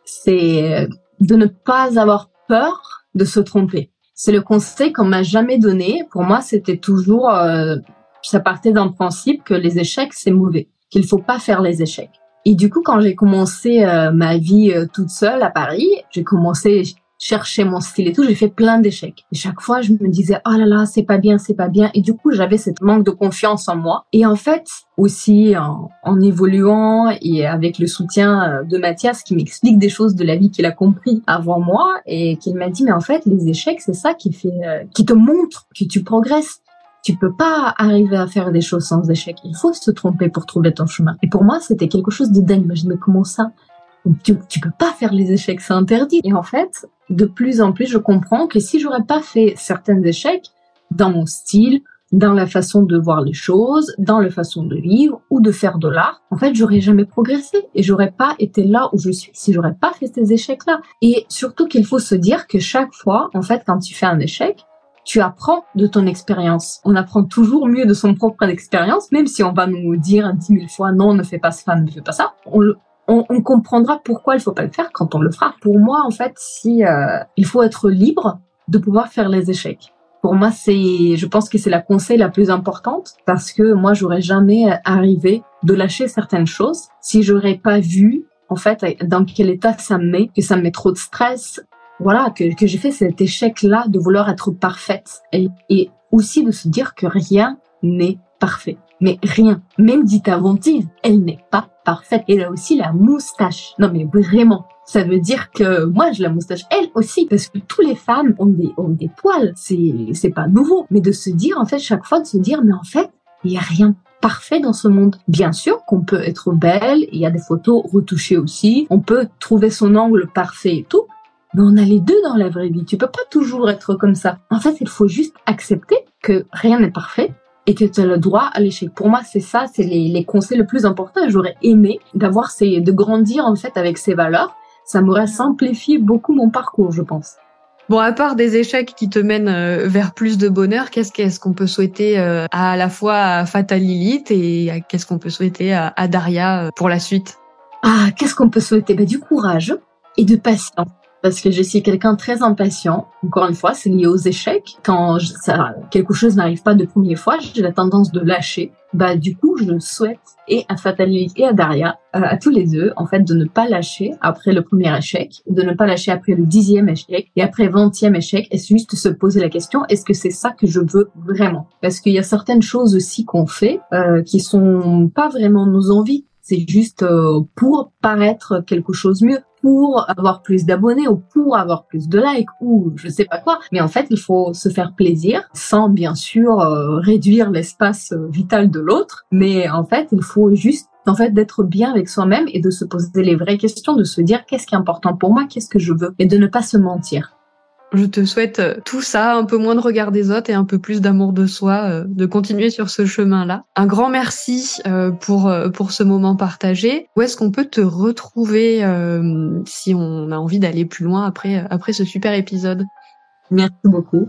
c'est de ne pas avoir peur de se tromper. C'est le conseil qu'on m'a jamais donné. Pour moi, c'était toujours, euh, ça partait d'un principe que les échecs, c'est mauvais, qu'il faut pas faire les échecs. Et du coup, quand j'ai commencé euh, ma vie euh, toute seule à Paris, j'ai commencé chercher mon style et tout, j'ai fait plein d'échecs. Et chaque fois, je me disais, oh là là, c'est pas bien, c'est pas bien. Et du coup, j'avais cette manque de confiance en moi. Et en fait, aussi en, en évoluant et avec le soutien de Mathias qui m'explique des choses de la vie qu'il a compris avant moi et qu'il m'a dit, mais en fait, les échecs, c'est ça qui fait, euh, qui te montre que tu progresses. Tu peux pas arriver à faire des choses sans échec. Il faut se tromper pour trouver ton chemin. Et pour moi, c'était quelque chose de dingue. Je me dis, mais comment ça? Tu, tu peux pas faire les échecs, c'est interdit. Et en fait, de plus en plus, je comprends que si j'aurais pas fait certains échecs dans mon style, dans la façon de voir les choses, dans la façon de vivre ou de faire de l'art, en fait, j'aurais jamais progressé et j'aurais pas été là où je suis si j'aurais pas fait ces échecs-là. Et surtout qu'il faut se dire que chaque fois, en fait, quand tu fais un échec, tu apprends de ton expérience. On apprend toujours mieux de son propre expérience, même si on va nous dire dix mille fois non, ne fais pas ça, ne fais pas ça. On le On, on comprendra pourquoi il faut pas le faire quand on le fera. Pour moi, en fait, si euh, il faut être libre de pouvoir faire les échecs. Pour moi, c'est, je pense que c'est la conseil la plus importante parce que moi, j'aurais jamais arrivé de lâcher certaines choses si j'aurais pas vu, en fait, dans quel état ça me met, que ça me met trop de stress. Voilà, que, que j'ai fait cet échec-là de vouloir être parfaite et, et aussi de se dire que rien n'est parfait. Mais rien. Même Dita Von Teese, elle n'est pas parfaite. Elle a aussi la moustache. Non mais vraiment. Ça veut dire que moi j'ai la moustache, elle aussi, parce que toutes les femmes ont des, ont des poils. C'est, c'est pas nouveau. Mais de se dire, en fait, chaque fois de se dire, mais en fait, il y a rien parfait dans ce monde. Bien sûr qu'on peut être belle, il y a des photos retouchées aussi. On peut trouver son angle parfait et tout. Mais on a les deux dans la vraie vie. Tu peux pas toujours être comme ça. En fait, il faut juste accepter que rien n'est parfait et que tu as le droit à l'échec. Pour moi, c'est ça, c'est les, les conseils les plus importants. J'aurais aimé d'avoir ces, de grandir en fait avec ces valeurs. Ça m'aurait simplifié beaucoup mon parcours, je pense. Bon, à part des échecs qui te mènent euh, vers plus de bonheur, qu'est-ce qu'est-ce qu'on peut souhaiter euh, à, à la fois à Fatal Lilith et à, qu'est-ce qu'on peut souhaiter à, à Daria euh, pour la suite? Ah, qu'est-ce qu'on peut souhaiter? Ben, du courage et de patience. Parce que je suis quelqu'un de très impatient. Encore une fois, c'est lié aux échecs. Quand je, ça, quelque chose n'arrive pas de première fois, j'ai la tendance de lâcher. Bah, du coup, je souhaite, et à Fatal Lilith et à Daria, euh, à tous les deux, en fait, de ne pas lâcher après le premier échec, de ne pas lâcher après le dixième échec, et après vingtième échec, et juste se poser la question, est-ce que c'est ça que je veux vraiment? Parce qu'il y a certaines choses aussi qu'on fait, euh, qui sont pas vraiment nos envies. C'est juste euh, pour paraître quelque chose mieux, pour avoir plus d'abonnés ou pour avoir plus de likes ou je sais pas quoi. Mais en fait, il faut se faire plaisir sans bien sûr euh, réduire l'espace vital de l'autre. Mais en fait, il faut juste en fait d'être bien avec soi-même et de se poser les vraies questions, de se dire qu'est-ce qui est important pour moi, qu'est-ce que je veux et de ne pas se mentir. Je te souhaite tout ça, un peu moins de regard des autres et un peu plus d'amour de soi, euh, de continuer sur ce chemin-là. Un grand merci euh, pour euh, pour ce moment partagé. Où est-ce qu'on peut te retrouver euh, si on a envie d'aller plus loin après après ce super épisode? Merci beaucoup.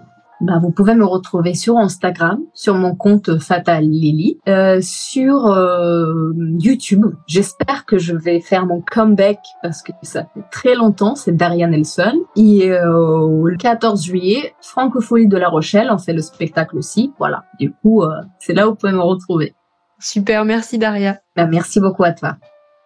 bah, vous pouvez me retrouver sur Instagram, sur mon compte Fatal Lily, euh, sur euh, YouTube. J'espère que je vais faire mon comeback parce que ça fait très longtemps, c'est Daria Nelson. Et euh, le quatorze juillet, Francophonie de La Rochelle, on fait le spectacle aussi. Voilà, du coup, euh, c'est là où vous pouvez me retrouver. Super, merci Daria. Bah, merci beaucoup à toi.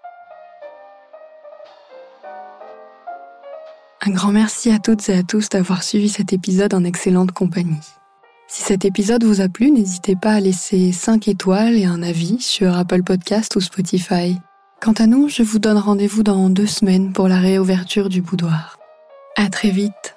Un grand merci à toutes et à tous d'avoir suivi cet épisode en excellente compagnie. Si cet épisode vous a plu, n'hésitez pas à laisser cinq étoiles et un avis sur Apple Podcast ou Spotify. Quant à nous, je vous donne rendez-vous dans deux semaines pour la réouverture du boudoir. À très vite.